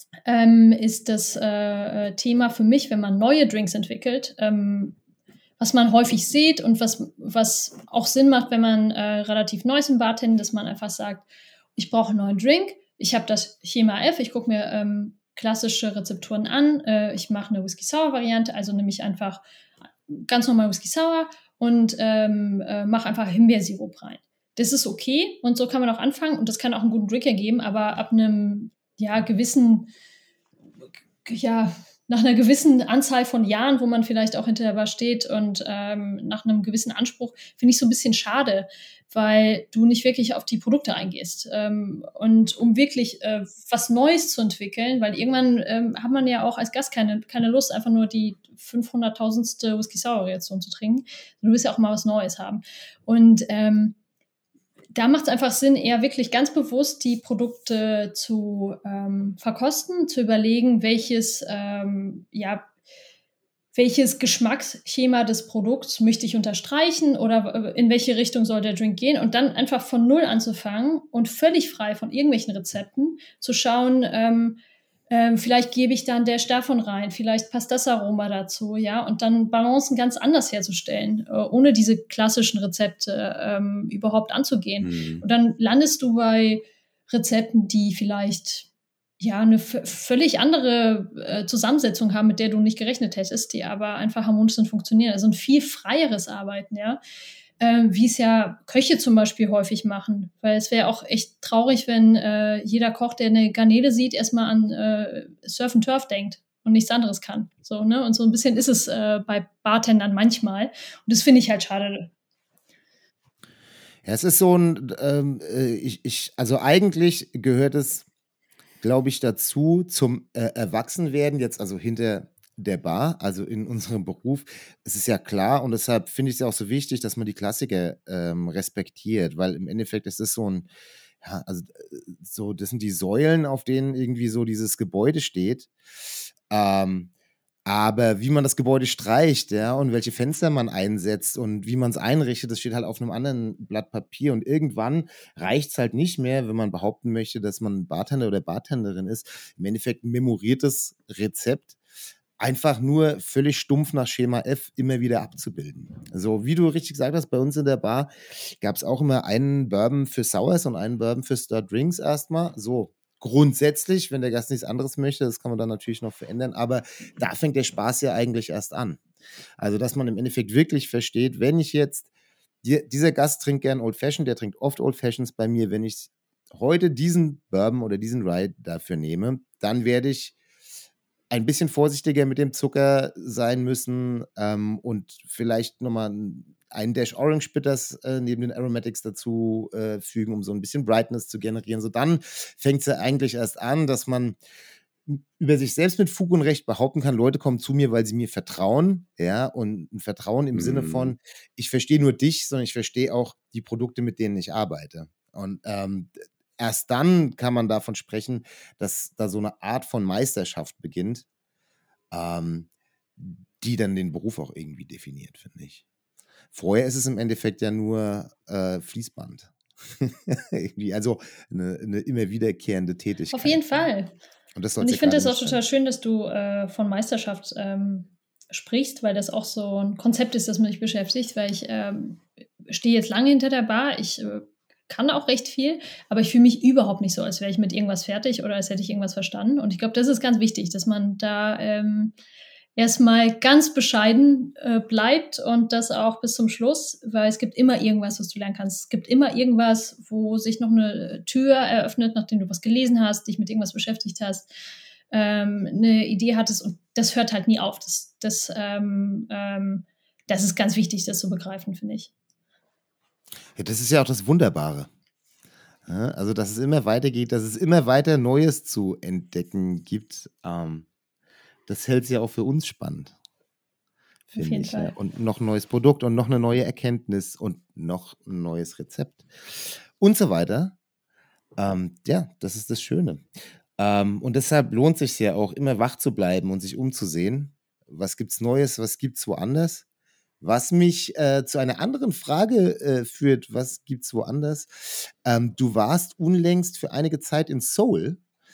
ist das Thema für mich, wenn man neue Drinks entwickelt, was man häufig sieht und was auch Sinn macht, wenn man relativ neu ist im Bartending, dass man einfach sagt, ich brauche einen neuen Drink, ich habe das Schema F, ich gucke mir klassische Rezepturen an, ich mache eine Whisky-Sour-Variante, also nehme ich einfach ganz normal Whisky-Sour und mache einfach Himbeersirup rein. Das ist okay und so kann man auch anfangen und das kann auch einen guten Drink ergeben, aber ab einem nach einer gewissen Anzahl von Jahren, wo man vielleicht auch hinter der Bar steht und nach einem gewissen Anspruch, finde ich so ein bisschen schade, weil du nicht wirklich auf die Produkte eingehst. Und um wirklich was Neues zu entwickeln, weil irgendwann hat man ja auch als Gast keine Lust, einfach nur die 500.000. Whisky-Sour-Variation zu trinken. Du willst ja auch mal was Neues haben. Und da macht es einfach Sinn, eher wirklich ganz bewusst die Produkte zu verkosten, zu überlegen, welches Geschmacksschema des Produkts möchte ich unterstreichen oder in welche Richtung soll der Drink gehen und dann einfach von Null anzufangen und völlig frei von irgendwelchen Rezepten zu schauen, vielleicht gebe ich dann Dash davon rein, vielleicht passt das Aroma dazu, ja, und dann Balancen ganz anders herzustellen, ohne diese klassischen Rezepte überhaupt anzugehen. Und dann landest du bei Rezepten, die vielleicht eine völlig andere Zusammensetzung haben, mit der du nicht gerechnet hättest, die aber einfach harmonisch sind, funktionieren. Also ein viel freieres Arbeiten, ja. Wie es ja Köche zum Beispiel häufig machen. Weil es wäre auch echt traurig, wenn jeder Koch, der eine Garnele sieht, erstmal an Surf and Turf denkt und nichts anderes kann. So, ne? Und so ein bisschen ist es bei Bartendern manchmal. Und das finde ich halt schade. Ja, es ist so ein, also eigentlich gehört es, glaube ich, dazu zum Erwachsenwerden, jetzt also hinter der Bar, also in unserem Beruf. Es ist ja klar und deshalb finde ich es ja auch so wichtig, dass man die Klassiker respektiert, weil im Endeffekt ist es so ein, ja, also so, das sind die Säulen, auf denen irgendwie so dieses Gebäude steht. Ähm, aber wie man das Gebäude streicht, ja, und welche Fenster man einsetzt und wie man es einrichtet, das steht halt auf einem anderen Blatt Papier. Und irgendwann reicht es halt nicht mehr, wenn man behaupten möchte, dass man Bartender oder Bartenderin ist. Im Endeffekt ein memoriertes Rezept einfach nur völlig stumpf nach Schema F immer wieder abzubilden. So, wie du richtig gesagt hast, bei uns in der Bar gab es auch immer einen Bourbon für Sours und einen Bourbon für Stirred Drinks erstmal. So, grundsätzlich, wenn der Gast nichts anderes möchte, das kann man dann natürlich noch verändern, aber da fängt der Spaß ja eigentlich erst an. Also, dass man im Endeffekt wirklich versteht, wenn ich jetzt, dieser Gast trinkt gern Old Fashioned, der trinkt oft Old Fashions bei mir, wenn ich heute diesen Bourbon oder diesen Rye dafür nehme, dann werde ich ein bisschen vorsichtiger mit dem Zucker sein müssen und vielleicht nochmal einen Dash Orange Bitters neben den Aromatics dazu fügen, um so ein bisschen Brightness zu generieren. So dann fängt es ja eigentlich erst an, dass man über sich selbst mit Fug und Recht behaupten kann, Leute kommen zu mir, weil sie mir vertrauen, ja, und ein Vertrauen im Sinne von, ich verstehe nur dich, sondern ich verstehe auch die Produkte, mit denen ich arbeite. Und erst dann kann man davon sprechen, dass da so eine Art von Meisterschaft beginnt, die dann den Beruf auch irgendwie definiert, finde ich. Vorher ist es im Endeffekt ja nur Fließband. Also eine immer wiederkehrende Tätigkeit. Auf jeden Fall. Und ich finde es auch total schön, dass du von Meisterschaft sprichst, weil das auch so ein Konzept ist, das mich beschäftigt, weil ich stehe jetzt lange hinter der Bar, ich kann auch recht viel, aber ich fühle mich überhaupt nicht so, als wäre ich mit irgendwas fertig oder als hätte ich irgendwas verstanden. Und ich glaube, das ist ganz wichtig, dass man da erstmal ganz bescheiden bleibt und das auch bis zum Schluss, weil es gibt immer irgendwas, was du lernen kannst. Es gibt immer irgendwas, wo sich noch eine Tür eröffnet, nachdem du was gelesen hast, dich mit irgendwas beschäftigt hast, eine Idee hattest und das hört halt nie auf. Das ist ganz wichtig, das zu begreifen, finde ich. Ja, das ist ja auch das Wunderbare. Ja, also, dass es immer weitergeht, dass es immer weiter Neues zu entdecken gibt. Das hält es ja auch für uns spannend. Finde ich. Ja. Und noch ein neues Produkt und noch eine neue Erkenntnis und noch ein neues Rezept. Und so weiter. Ja, das ist das Schöne. Und deshalb lohnt es sich ja auch, immer wach zu bleiben und sich umzusehen. Was gibt's Neues, was gibt's woanders? Was mich zu einer anderen Frage führt, was gibt's woanders? Du warst unlängst für einige Zeit in Seoul,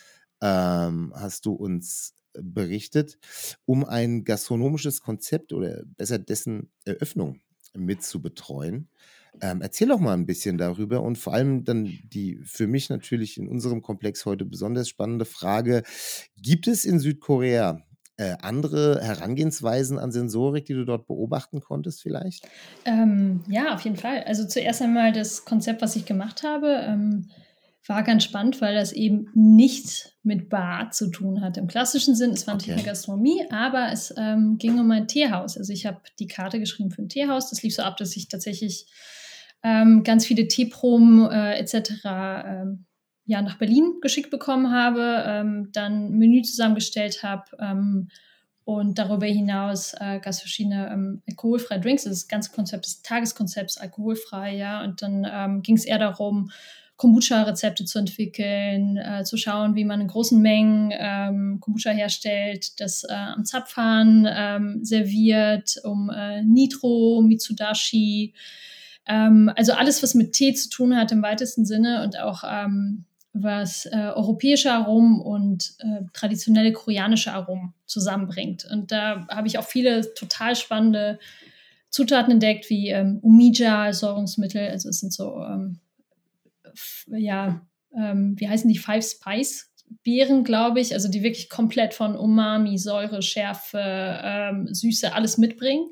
hast du uns berichtet, um ein gastronomisches Konzept oder besser dessen Eröffnung mit zu betreuen. Erzähl doch mal ein bisschen darüber und vor allem dann die für mich natürlich in unserem Komplex heute besonders spannende Frage, gibt es in Südkorea andere Herangehensweisen an Sensorik, die du dort beobachten konntest vielleicht? Ja, auf jeden Fall. Also zuerst einmal das Konzept, was ich gemacht habe, war ganz spannend, weil das eben nichts mit Bar zu tun hat. Im klassischen Sinn, es war natürlich eine Gastronomie, aber es ging um ein Teehaus. Also ich habe die Karte geschrieben für ein Teehaus. Das lief so ab, dass ich tatsächlich ganz viele Teeproben etc. Nach Berlin geschickt bekommen habe, dann ein Menü zusammengestellt habe und darüber hinaus gab es verschiedene alkoholfreie Drinks. Das ganze Konzept des Tageskonzepts alkoholfrei, ja. Und dann ging es eher darum, Kombucha-Rezepte zu entwickeln, zu schauen, wie man in großen Mengen Kombucha herstellt, das am Zapfhahn serviert, um Nitro, Mitsudashi, also alles, was mit Tee zu tun hat im weitesten Sinne und auch was europäische Aromen und traditionelle koreanische Aromen zusammenbringt. Und da habe ich auch viele total spannende Zutaten entdeckt, wie Umija als Säurungsmittel. Also es sind so, wie heißen die? Five Spice Beeren, glaube ich. Also die wirklich komplett von Umami, Säure, Schärfe, Süße, alles mitbringen.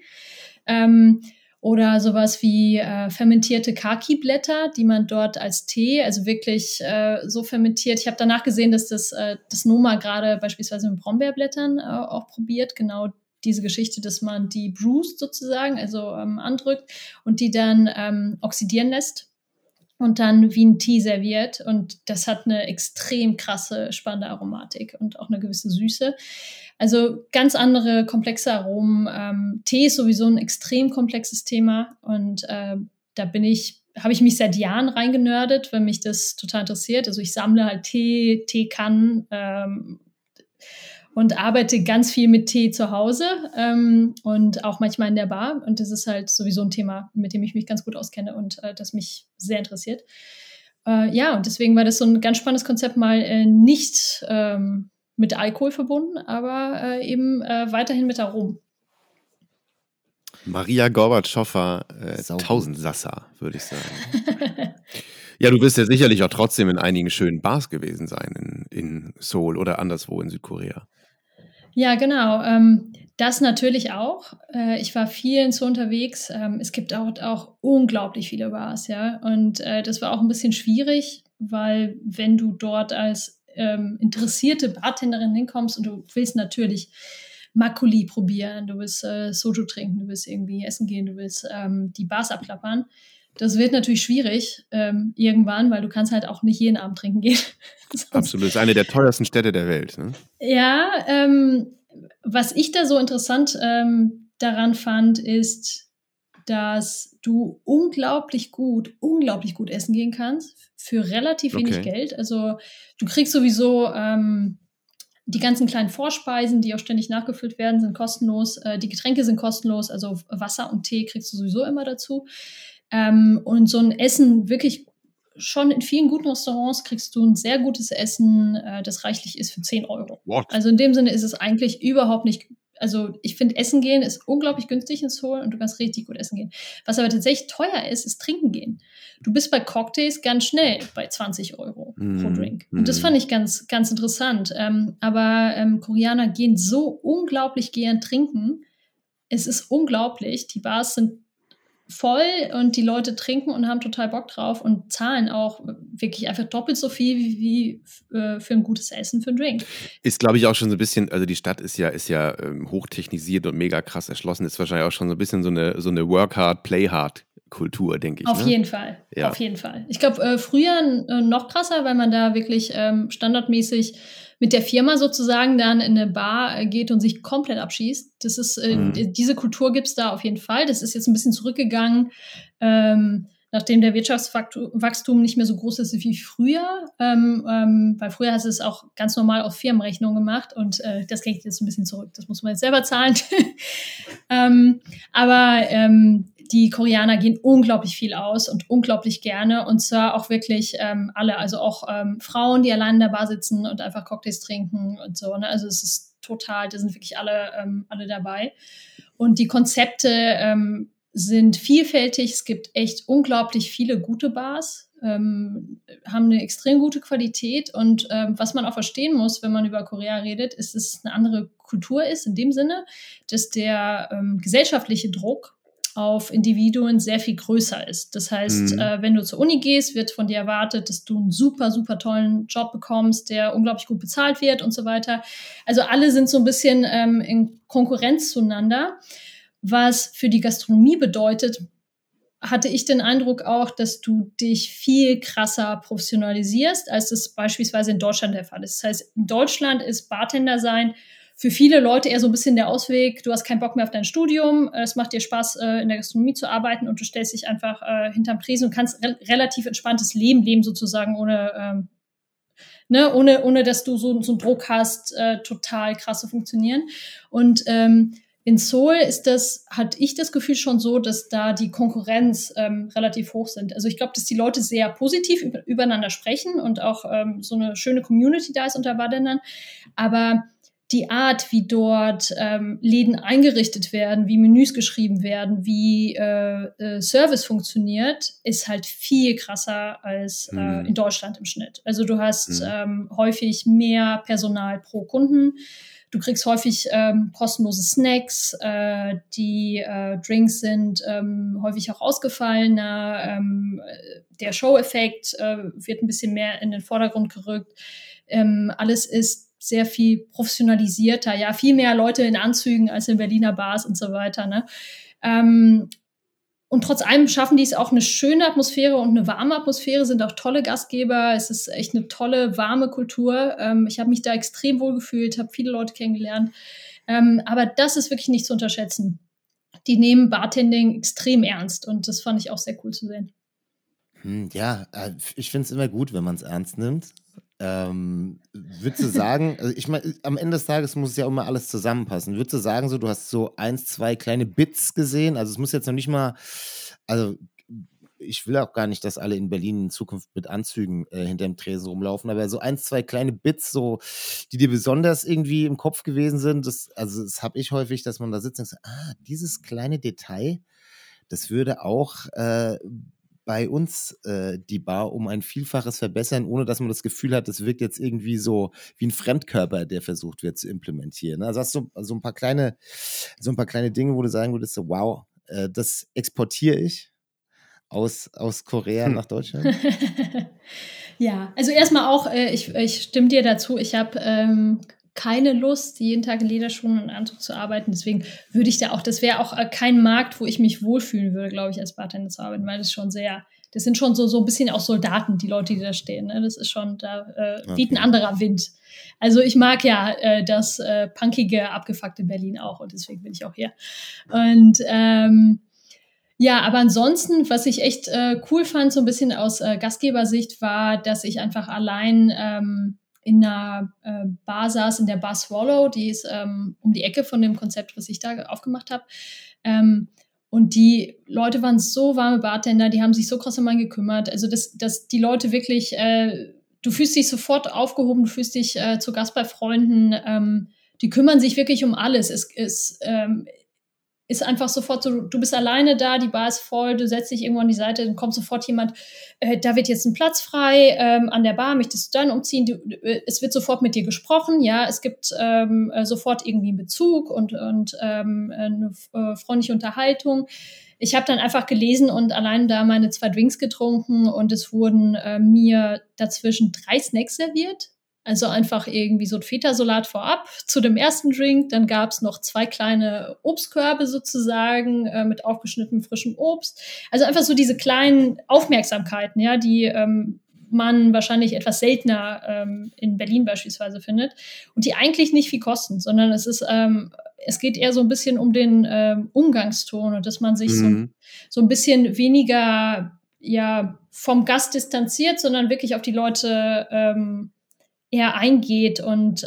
Oder sowas wie fermentierte Kaki-Blätter, die man dort als Tee, also wirklich so fermentiert. Ich habe danach gesehen, dass das Noma gerade beispielsweise mit Brombeerblättern auch probiert. Genau diese Geschichte, dass man die bruised sozusagen, also andrückt und die dann oxidieren lässt und dann wie ein Tee serviert. Und das hat eine extrem krasse, spannende Aromatik und auch eine gewisse Süße. Also ganz andere, komplexe Aromen. Tee ist sowieso ein extrem komplexes Thema. Und da habe ich mich seit Jahren reingenördet, weil mich das total interessiert. Also ich sammle halt Teekannen, und arbeite ganz viel mit Tee zu Hause und auch manchmal in der Bar. Und das ist halt sowieso ein Thema, mit dem ich mich ganz gut auskenne und das mich sehr interessiert. Und deswegen war das so ein ganz spannendes Konzept, mal nicht mit Alkohol verbunden, aber eben weiterhin mit Aromen. Maria Gorbatschowa, Tausendsassa, würde ich sagen. Ja, du wirst ja sicherlich auch trotzdem in einigen schönen Bars gewesen sein, in Seoul oder anderswo in Südkorea. Ja, genau. Das natürlich auch. Ich war viel in Seoul unterwegs. Es gibt auch unglaublich viele Bars, ja. Und das war auch ein bisschen schwierig, weil wenn du dort als interessierte Bartenderin hinkommst und du willst natürlich Makgeolli probieren, du willst Soju trinken, du willst irgendwie essen gehen, du willst die Bars abklappern. Das wird natürlich schwierig irgendwann, weil du kannst halt auch nicht jeden Abend trinken gehen. Absolut, das ist eine der teuersten Städte der Welt. Ne? Ja, was ich da so interessant daran fand, ist, dass du unglaublich gut essen gehen kannst für relativ wenig Geld. Also du kriegst sowieso die ganzen kleinen Vorspeisen, die auch ständig nachgefüllt werden, sind kostenlos. Die Getränke sind kostenlos, also Wasser und Tee kriegst du sowieso immer dazu. Und so ein Essen wirklich schon in vielen guten Restaurants kriegst du ein sehr gutes Essen, das reichlich ist für 10 Euro. What? Also in dem Sinne ist es eigentlich überhaupt nicht, also ich finde, Essen gehen ist unglaublich günstig in Seoul und du kannst richtig gut essen gehen. Was aber tatsächlich teuer ist trinken gehen. Du bist bei Cocktails ganz schnell bei 20 Euro pro Drink. Und das fand ich ganz, ganz interessant. Aber Koreaner gehen so unglaublich gern trinken. Es ist unglaublich. Die Bars sind voll und die Leute trinken und haben total Bock drauf und zahlen auch wirklich einfach doppelt so viel wie für ein gutes Essen, für einen Drink. Ist, glaube ich, auch schon so ein bisschen, also die Stadt ist ja hochtechnisiert und mega krass erschlossen, ist wahrscheinlich auch schon so ein bisschen so eine Work-hard, Play-hard Kultur, denke ich. Auf jeden Fall, ja. Auf jeden Fall. Ich glaube, früher noch krasser, weil man da wirklich standardmäßig mit der Firma sozusagen dann in eine Bar geht und sich komplett abschießt. Das ist, diese Kultur gibt's da auf jeden Fall. Das ist jetzt ein bisschen zurückgegangen, nachdem der Wirtschaftswachstum nicht mehr so groß ist wie früher. Weil früher hast du es auch ganz normal auf Firmenrechnung gemacht und das geht jetzt ein bisschen zurück. Das muss man jetzt selber zahlen. Die Koreaner gehen unglaublich viel aus und unglaublich gerne und zwar auch wirklich alle, also auch Frauen, die allein in der Bar sitzen und einfach Cocktails trinken und so. Ne? Also es ist total, da sind wirklich alle dabei. Und die Konzepte sind vielfältig. Es gibt echt unglaublich viele gute Bars, haben eine extrem gute Qualität und was man auch verstehen muss, wenn man über Korea redet, ist, dass es eine andere Kultur ist, in dem Sinne, dass der gesellschaftliche Druck auf Individuen sehr viel größer ist. Das heißt, wenn du zur Uni gehst, wird von dir erwartet, dass du einen super, super tollen Job bekommst, der unglaublich gut bezahlt wird und so weiter. Also alle sind so ein bisschen in Konkurrenz zueinander. Was für die Gastronomie bedeutet, hatte ich den Eindruck auch, dass du dich viel krasser professionalisierst, als das beispielsweise in Deutschland der Fall ist. Das heißt, in Deutschland ist Bartender sein für viele Leute eher so ein bisschen der Ausweg, du hast keinen Bock mehr auf dein Studium, es macht dir Spaß, in der Gastronomie zu arbeiten und du stellst dich einfach hinterm Tresen und kannst relativ entspanntes Leben leben sozusagen, ohne dass du so einen Druck hast, total krass zu funktionieren. Und in Seoul hatte ich das Gefühl schon so, dass da die Konkurrenz relativ hoch sind. Also ich glaube, dass die Leute sehr positiv übereinander sprechen und auch so eine schöne Community da ist unter Bartendern, aber die Art, wie dort Läden eingerichtet werden, wie Menüs geschrieben werden, wie Service funktioniert, ist halt viel krasser als in Deutschland im Schnitt. Also du hast häufig mehr Personal pro Kunden. Du kriegst häufig kostenlose Snacks. Die Drinks sind häufig auch ausgefallener. Der Show-Effekt wird ein bisschen mehr in den Vordergrund gerückt. Alles ist sehr viel professionalisierter, ja, viel mehr Leute in Anzügen als in Berliner Bars und so weiter, ne? Und trotz allem schaffen die es auch, eine schöne Atmosphäre und eine warme Atmosphäre, sind auch tolle Gastgeber. Es ist echt eine tolle, warme Kultur. Ich habe mich da extrem wohl gefühlt, habe viele Leute kennengelernt. Aber das ist wirklich nicht zu unterschätzen. Die nehmen Bartending extrem ernst und das fand ich auch sehr cool zu sehen. Ja, ich finde es immer gut, wenn man es ernst nimmt. Würdest du sagen, also ich meine, am Ende des Tages muss ja immer alles zusammenpassen. Würdest du sagen, so, du hast so 1, 2 kleine Bits gesehen? Also es muss jetzt noch nicht mal, also ich will auch gar nicht, dass alle in Berlin in Zukunft mit Anzügen hinterm Tresen rumlaufen, aber so 1, 2 kleine Bits, so, die dir besonders irgendwie im Kopf gewesen sind, das habe ich häufig, dass man da sitzt und sagt, dieses kleine Detail, das würde auch bei uns die Bar um ein Vielfaches verbessern, ohne dass man das Gefühl hat, das wirkt jetzt irgendwie so wie ein Fremdkörper, der versucht wird zu implementieren. Also hast du so ein paar kleine Dinge, wo du sagen würdest, so, wow, das exportiere ich aus Korea nach Deutschland? Ja, also erstmal auch, ich stimme dir dazu, ich habe keine Lust, jeden Tag in Lederschuhen und Anzug zu arbeiten. Deswegen würde ich da auch, das wäre auch kein Markt, wo ich mich wohlfühlen würde, glaube ich, als Bartender zu arbeiten, weil das sind schon so ein bisschen auch Soldaten, die Leute, die da stehen. Ne? Das ist schon, da weht ein anderer Wind. Also ich mag ja das punkige, abgefuckte Berlin auch und deswegen bin ich auch hier. Und ja, aber ansonsten, was ich echt cool fand, so ein bisschen aus Gastgebersicht, war, dass ich einfach allein in einer Bar saß, in der Bar Swallow, die ist um die Ecke von dem Konzept, was ich da aufgemacht habe. Und die Leute waren so warme Bartender, die haben sich so krass um einen gekümmert. Also, dass die Leute wirklich, du fühlst dich sofort aufgehoben, du fühlst dich zu Gast bei Freunden, die kümmern sich wirklich um alles. Es ist einfach sofort so, du bist alleine da, die Bar ist voll, du setzt dich irgendwo an die Seite, dann kommt sofort jemand, da wird jetzt ein Platz frei an der Bar, möchtest du dann umziehen? Es wird sofort mit dir gesprochen, ja, es gibt sofort irgendwie einen Bezug und eine freundliche Unterhaltung. Ich habe dann einfach gelesen und allein da meine 2 Drinks getrunken und es wurden mir dazwischen 3 Snacks serviert. Also einfach irgendwie so ein Feta-Salat vorab zu dem ersten Drink. Dann gab es noch 2 kleine Obstkörbe sozusagen mit aufgeschnittenem frischem Obst. Also einfach so diese kleinen Aufmerksamkeiten, ja, die man wahrscheinlich etwas seltener in Berlin beispielsweise findet und die eigentlich nicht viel kosten, sondern es geht eher so ein bisschen um den Umgangston und dass man sich so ein bisschen weniger vom Gast distanziert, sondern wirklich auf die Leute eher eingeht und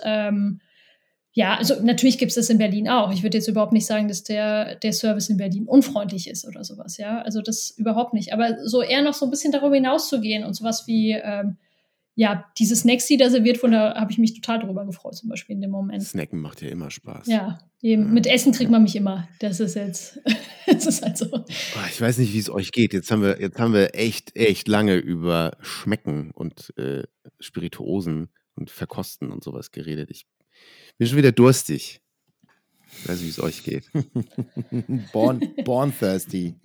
also natürlich gibt es das in Berlin auch. Ich würde jetzt überhaupt nicht sagen, dass der Service in Berlin unfreundlich ist oder sowas, ja. Also das überhaupt nicht. Aber so eher noch so ein bisschen darüber hinauszugehen und sowas wie, diese Snacks, die da serviert wurden, da habe ich mich total drüber gefreut, zum Beispiel in dem Moment. Snacken macht ja immer Spaß. Ja, eben. Mit Essen kriegt man mich immer. Das ist jetzt, es ist halt so. Ich weiß nicht, wie es euch geht. Jetzt haben wir echt lange über Schmecken und Spirituosen und Verkosten und sowas geredet. Ich bin schon wieder durstig. Ich weiß nicht, wie es euch geht. Born thirsty.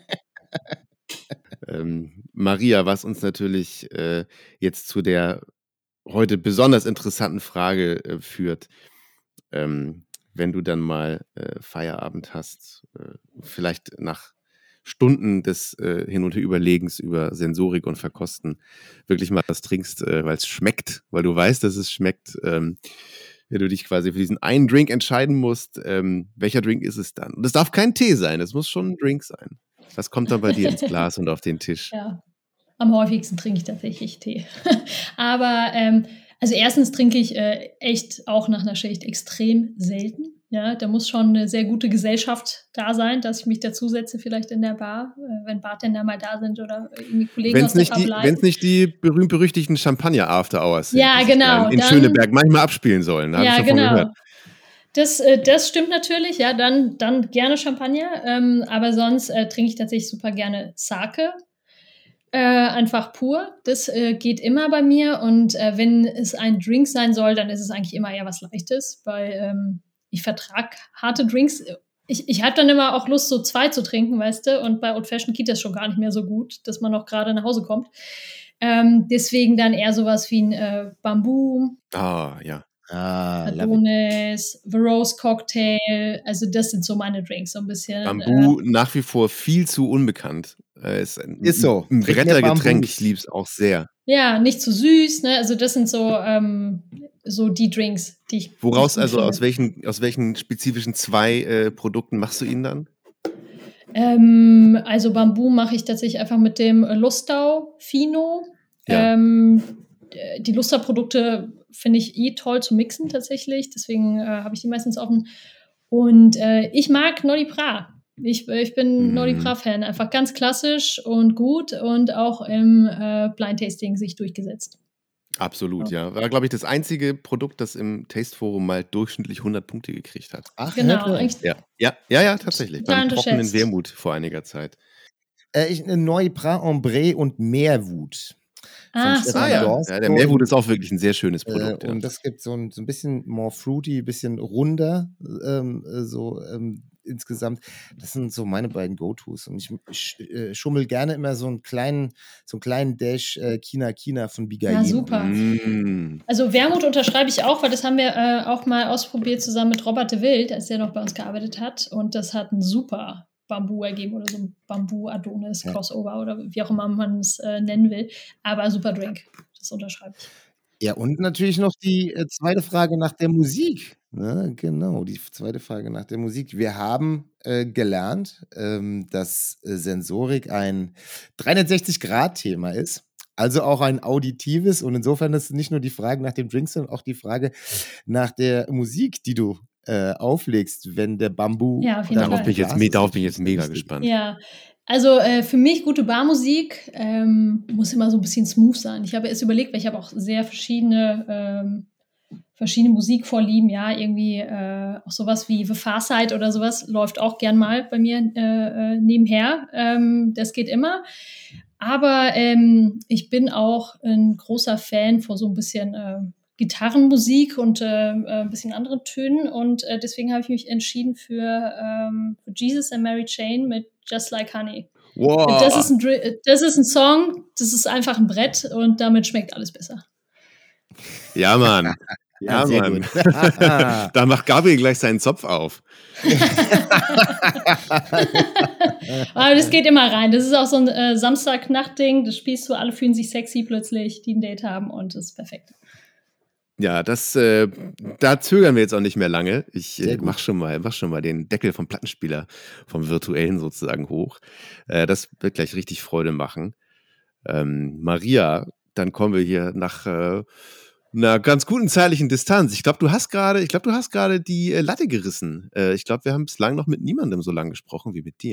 Maria, was uns natürlich jetzt zu der heute besonders interessanten Frage führt, wenn du dann mal Feierabend hast, vielleicht nach Stunden des Hin- und Überlegens über Sensorik und Verkosten wirklich mal was trinkst, weil es schmeckt, weil du weißt, dass es schmeckt, wenn du dich quasi für diesen einen Drink entscheiden musst, welcher Drink ist es dann? Und das darf kein Tee sein, es muss schon ein Drink sein. Was kommt dann bei dir ins Glas und auf den Tisch? Ja, am häufigsten trinke ich tatsächlich Tee. Aber also erstens trinke ich echt auch nach einer Schicht extrem selten. Ja, da muss schon eine sehr gute Gesellschaft da sein, dass ich mich dazusetze vielleicht in der Bar, wenn Bartender mal da sind oder irgendwie Kollegen aus der Kabelei. Wenn es nicht die berühmt-berüchtigten Champagner-After-Hours sind, ja, genau, in Schöneberg manchmal abspielen sollen. Da habe ich schon von gehört. Das stimmt natürlich, ja, dann gerne Champagner, aber sonst trinke ich tatsächlich super gerne Sake. Einfach pur, das geht immer bei mir und wenn es ein Drink sein soll, dann ist es eigentlich immer eher was Leichtes, weil ich vertrage harte Drinks. Ich habe dann immer auch Lust, so 2 zu trinken, weißt du, und bei Old Fashioned geht das schon gar nicht mehr so gut, dass man noch gerade nach Hause kommt. Deswegen dann eher sowas wie ein Bambu. Ah, ja. Adonis, The Rose Cocktail, also das sind so meine Drinks, so ein bisschen. Bambu nach wie vor viel zu unbekannt. Ist so. Ein Trink mehr Rettergetränk, Bambus. ich liebe es auch sehr. Ja, nicht zu süß, ne? Also das sind so die Drinks, die ich. Woraus, die ich also finde. aus welchen spezifischen 2 Produkten machst du ihn dann? Also Bambu mache ich tatsächlich einfach mit dem Lustau Fino. Ja. Die Luster-Produkte finde ich toll zu mixen tatsächlich, deswegen habe ich die meistens offen. Und ich mag Noli Pra. Ich bin Noli Pra-Fan, einfach ganz klassisch und gut und auch im Blind-Tasting sich durchgesetzt. Absolut, ja. War, glaube ich, das einzige Produkt, das im Taste-Forum mal durchschnittlich 100 Punkte gekriegt hat. Ach, Genau, okay. eigentlich Ja, tatsächlich. total Beim trockenen unterschätzt. Wermut vor einiger Zeit. Neu Pra Ambré und Meerwut. Ah, Stefan super. Ja, Dorsko. der Meerwut ist auch wirklich ein sehr schönes Produkt. Und das gibt so ein bisschen more fruity, ein bisschen runder, insgesamt. Das sind so meine beiden Go-Tos. Und ich schummel gerne immer so einen kleinen Dash Kina von Bigayen. Ja, super. Also Wermut unterschreibe ich auch, weil das haben wir auch mal ausprobiert zusammen mit Robert de Wild, als der noch bei uns gearbeitet hat. Und das hat ein super Bambu ergeben oder so ein Bambu-Adonis-Crossover oder wie auch immer man es nennen will. Aber super Drink. Das unterschreibe ich. Ja, und natürlich noch die zweite Frage nach der Musik. Ne? Genau, die zweite Frage nach der Musik. Wir haben gelernt, dass Sensorik ein 360-Grad-Thema ist. Also auch ein auditives. Und insofern ist es nicht nur die Frage nach dem Drink, sondern auch die Frage nach der Musik, die du auflegst, wenn der Bambu. Ja, auf jeden Darauf Fall. bin ich jetzt mega gespannt. Ja, also für mich gute Barmusik muss immer so ein bisschen smooth sein. Ich habe erst überlegt, weil ich habe auch sehr verschiedene Musikvorlieben, ja, irgendwie auch sowas wie The Far Side oder sowas läuft auch gern mal bei mir nebenher. Das geht immer. Aber ich bin auch ein großer Fan von so ein bisschen Gitarrenmusik und ein bisschen anderen Tönen und deswegen habe ich mich entschieden für Jesus and Mary Chain mit Just Like Honey. Wow. Das ist ein Song, das ist einfach ein Brett und damit schmeckt alles besser. Ja, Mann. Ja, sehr Mann. gut. Da macht Gabriel gleich seinen Zopf auf. Aber das geht immer rein. Das ist auch so ein Samstag-Nacht-Ding. Das spielst du, alle fühlen sich sexy plötzlich, die ein Date haben und das ist perfekt. Ja, da zögern wir jetzt auch nicht mehr lange. Ich Sehr gut. mach schon mal den Deckel vom Plattenspieler, vom virtuellen sozusagen hoch. Das wird gleich richtig Freude machen. Maria, dann kommen wir hier nach einer ganz guten zeitlichen Distanz. Ich glaube, du hast gerade die Latte gerissen. Ich glaube, wir haben bislang noch mit niemandem so lange gesprochen wie mit dir.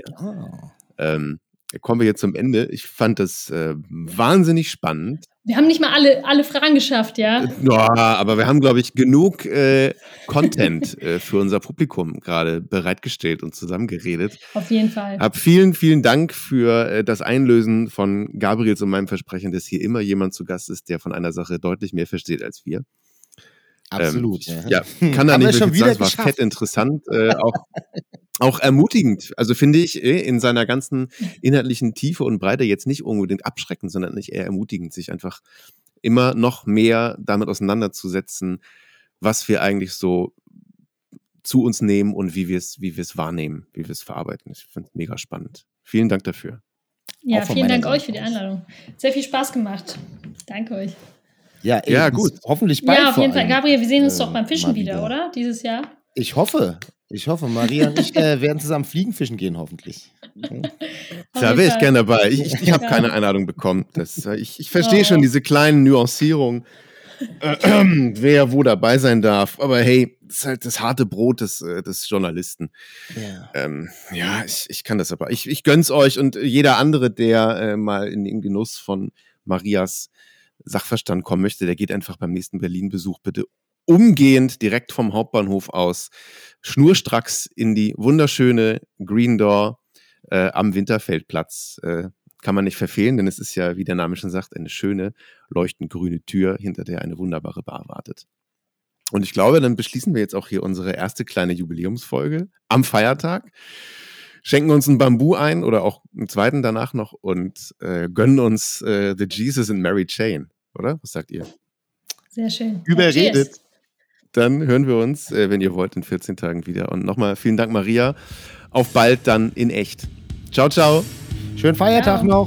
Kommen wir jetzt zum Ende. Ich fand das wahnsinnig spannend. Wir haben nicht mal alle Fragen geschafft, ja? Ja, aber wir haben, glaube ich, genug Content für unser Publikum gerade bereitgestellt und zusammengeredet. Auf jeden Fall. Hab vielen, vielen Dank für das Einlösen von Gabriels und meinem Versprechen, dass hier immer jemand zu Gast ist, der von einer Sache deutlich mehr versteht als wir. Absolut. Ja, kann da Haben wir nicht schon mehr viel sagen. wieder Es war geschafft. fett interessant, auch ermutigend. Also finde ich in seiner ganzen inhaltlichen Tiefe und Breite jetzt nicht unbedingt abschreckend, sondern nicht eher ermutigend, sich einfach immer noch mehr damit auseinanderzusetzen, was wir eigentlich so zu uns nehmen und wie wir es wahrnehmen, wie wir es verarbeiten. Ich finde es mega spannend. Vielen Dank dafür. Ja, Auch von vielen meiner Dank Seite euch für die aus. Einladung. Sehr viel Spaß gemacht. Danke euch. Ja, Ja, bis gut. Hoffentlich bald. Ja, auf vor jeden Fall. allem. Gabriel, wir sehen uns doch beim Fischen mal wieder, oder? Dieses Jahr. Ich hoffe. Maria und ich werden zusammen Fliegenfischen gehen, hoffentlich. Da wäre ich gerne dabei. Ich habe keine Einladung bekommen. Ich verstehe schon diese kleinen Nuancierungen, wer wo dabei sein darf. Aber hey, das ist halt das harte Brot des Journalisten. Ja. Ich kann das aber. Ich gönn's euch und jeder andere, der mal in den Genuss von Marias Sachverstand kommen möchte, der geht einfach beim nächsten Berlin-Besuch bitte umgehend direkt vom Hauptbahnhof aus schnurstracks in die wunderschöne Green Door am Winterfeldplatz. Kann man nicht verfehlen, denn es ist ja, wie der Name schon sagt, eine schöne, leuchtend grüne Tür, hinter der eine wunderbare Bar wartet. Und ich glaube, dann beschließen wir jetzt auch hier unsere erste kleine Jubiläumsfolge am Feiertag, schenken uns einen Bambu ein oder auch einen zweiten danach noch und gönnen uns The Jesus and Mary Chain, oder? Was sagt ihr? Sehr schön. Überredet. Cheers. dann hören wir uns, wenn ihr wollt, in 14 Tagen wieder. Und nochmal vielen Dank, Maria. Auf bald dann in echt. Ciao, ciao. Schönen Feiertag noch.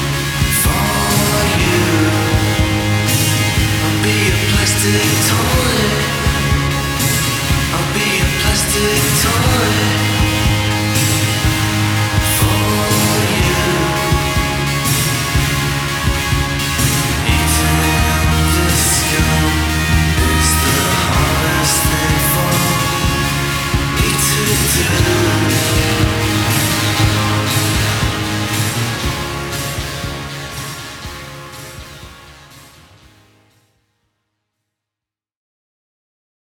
Plastic toy.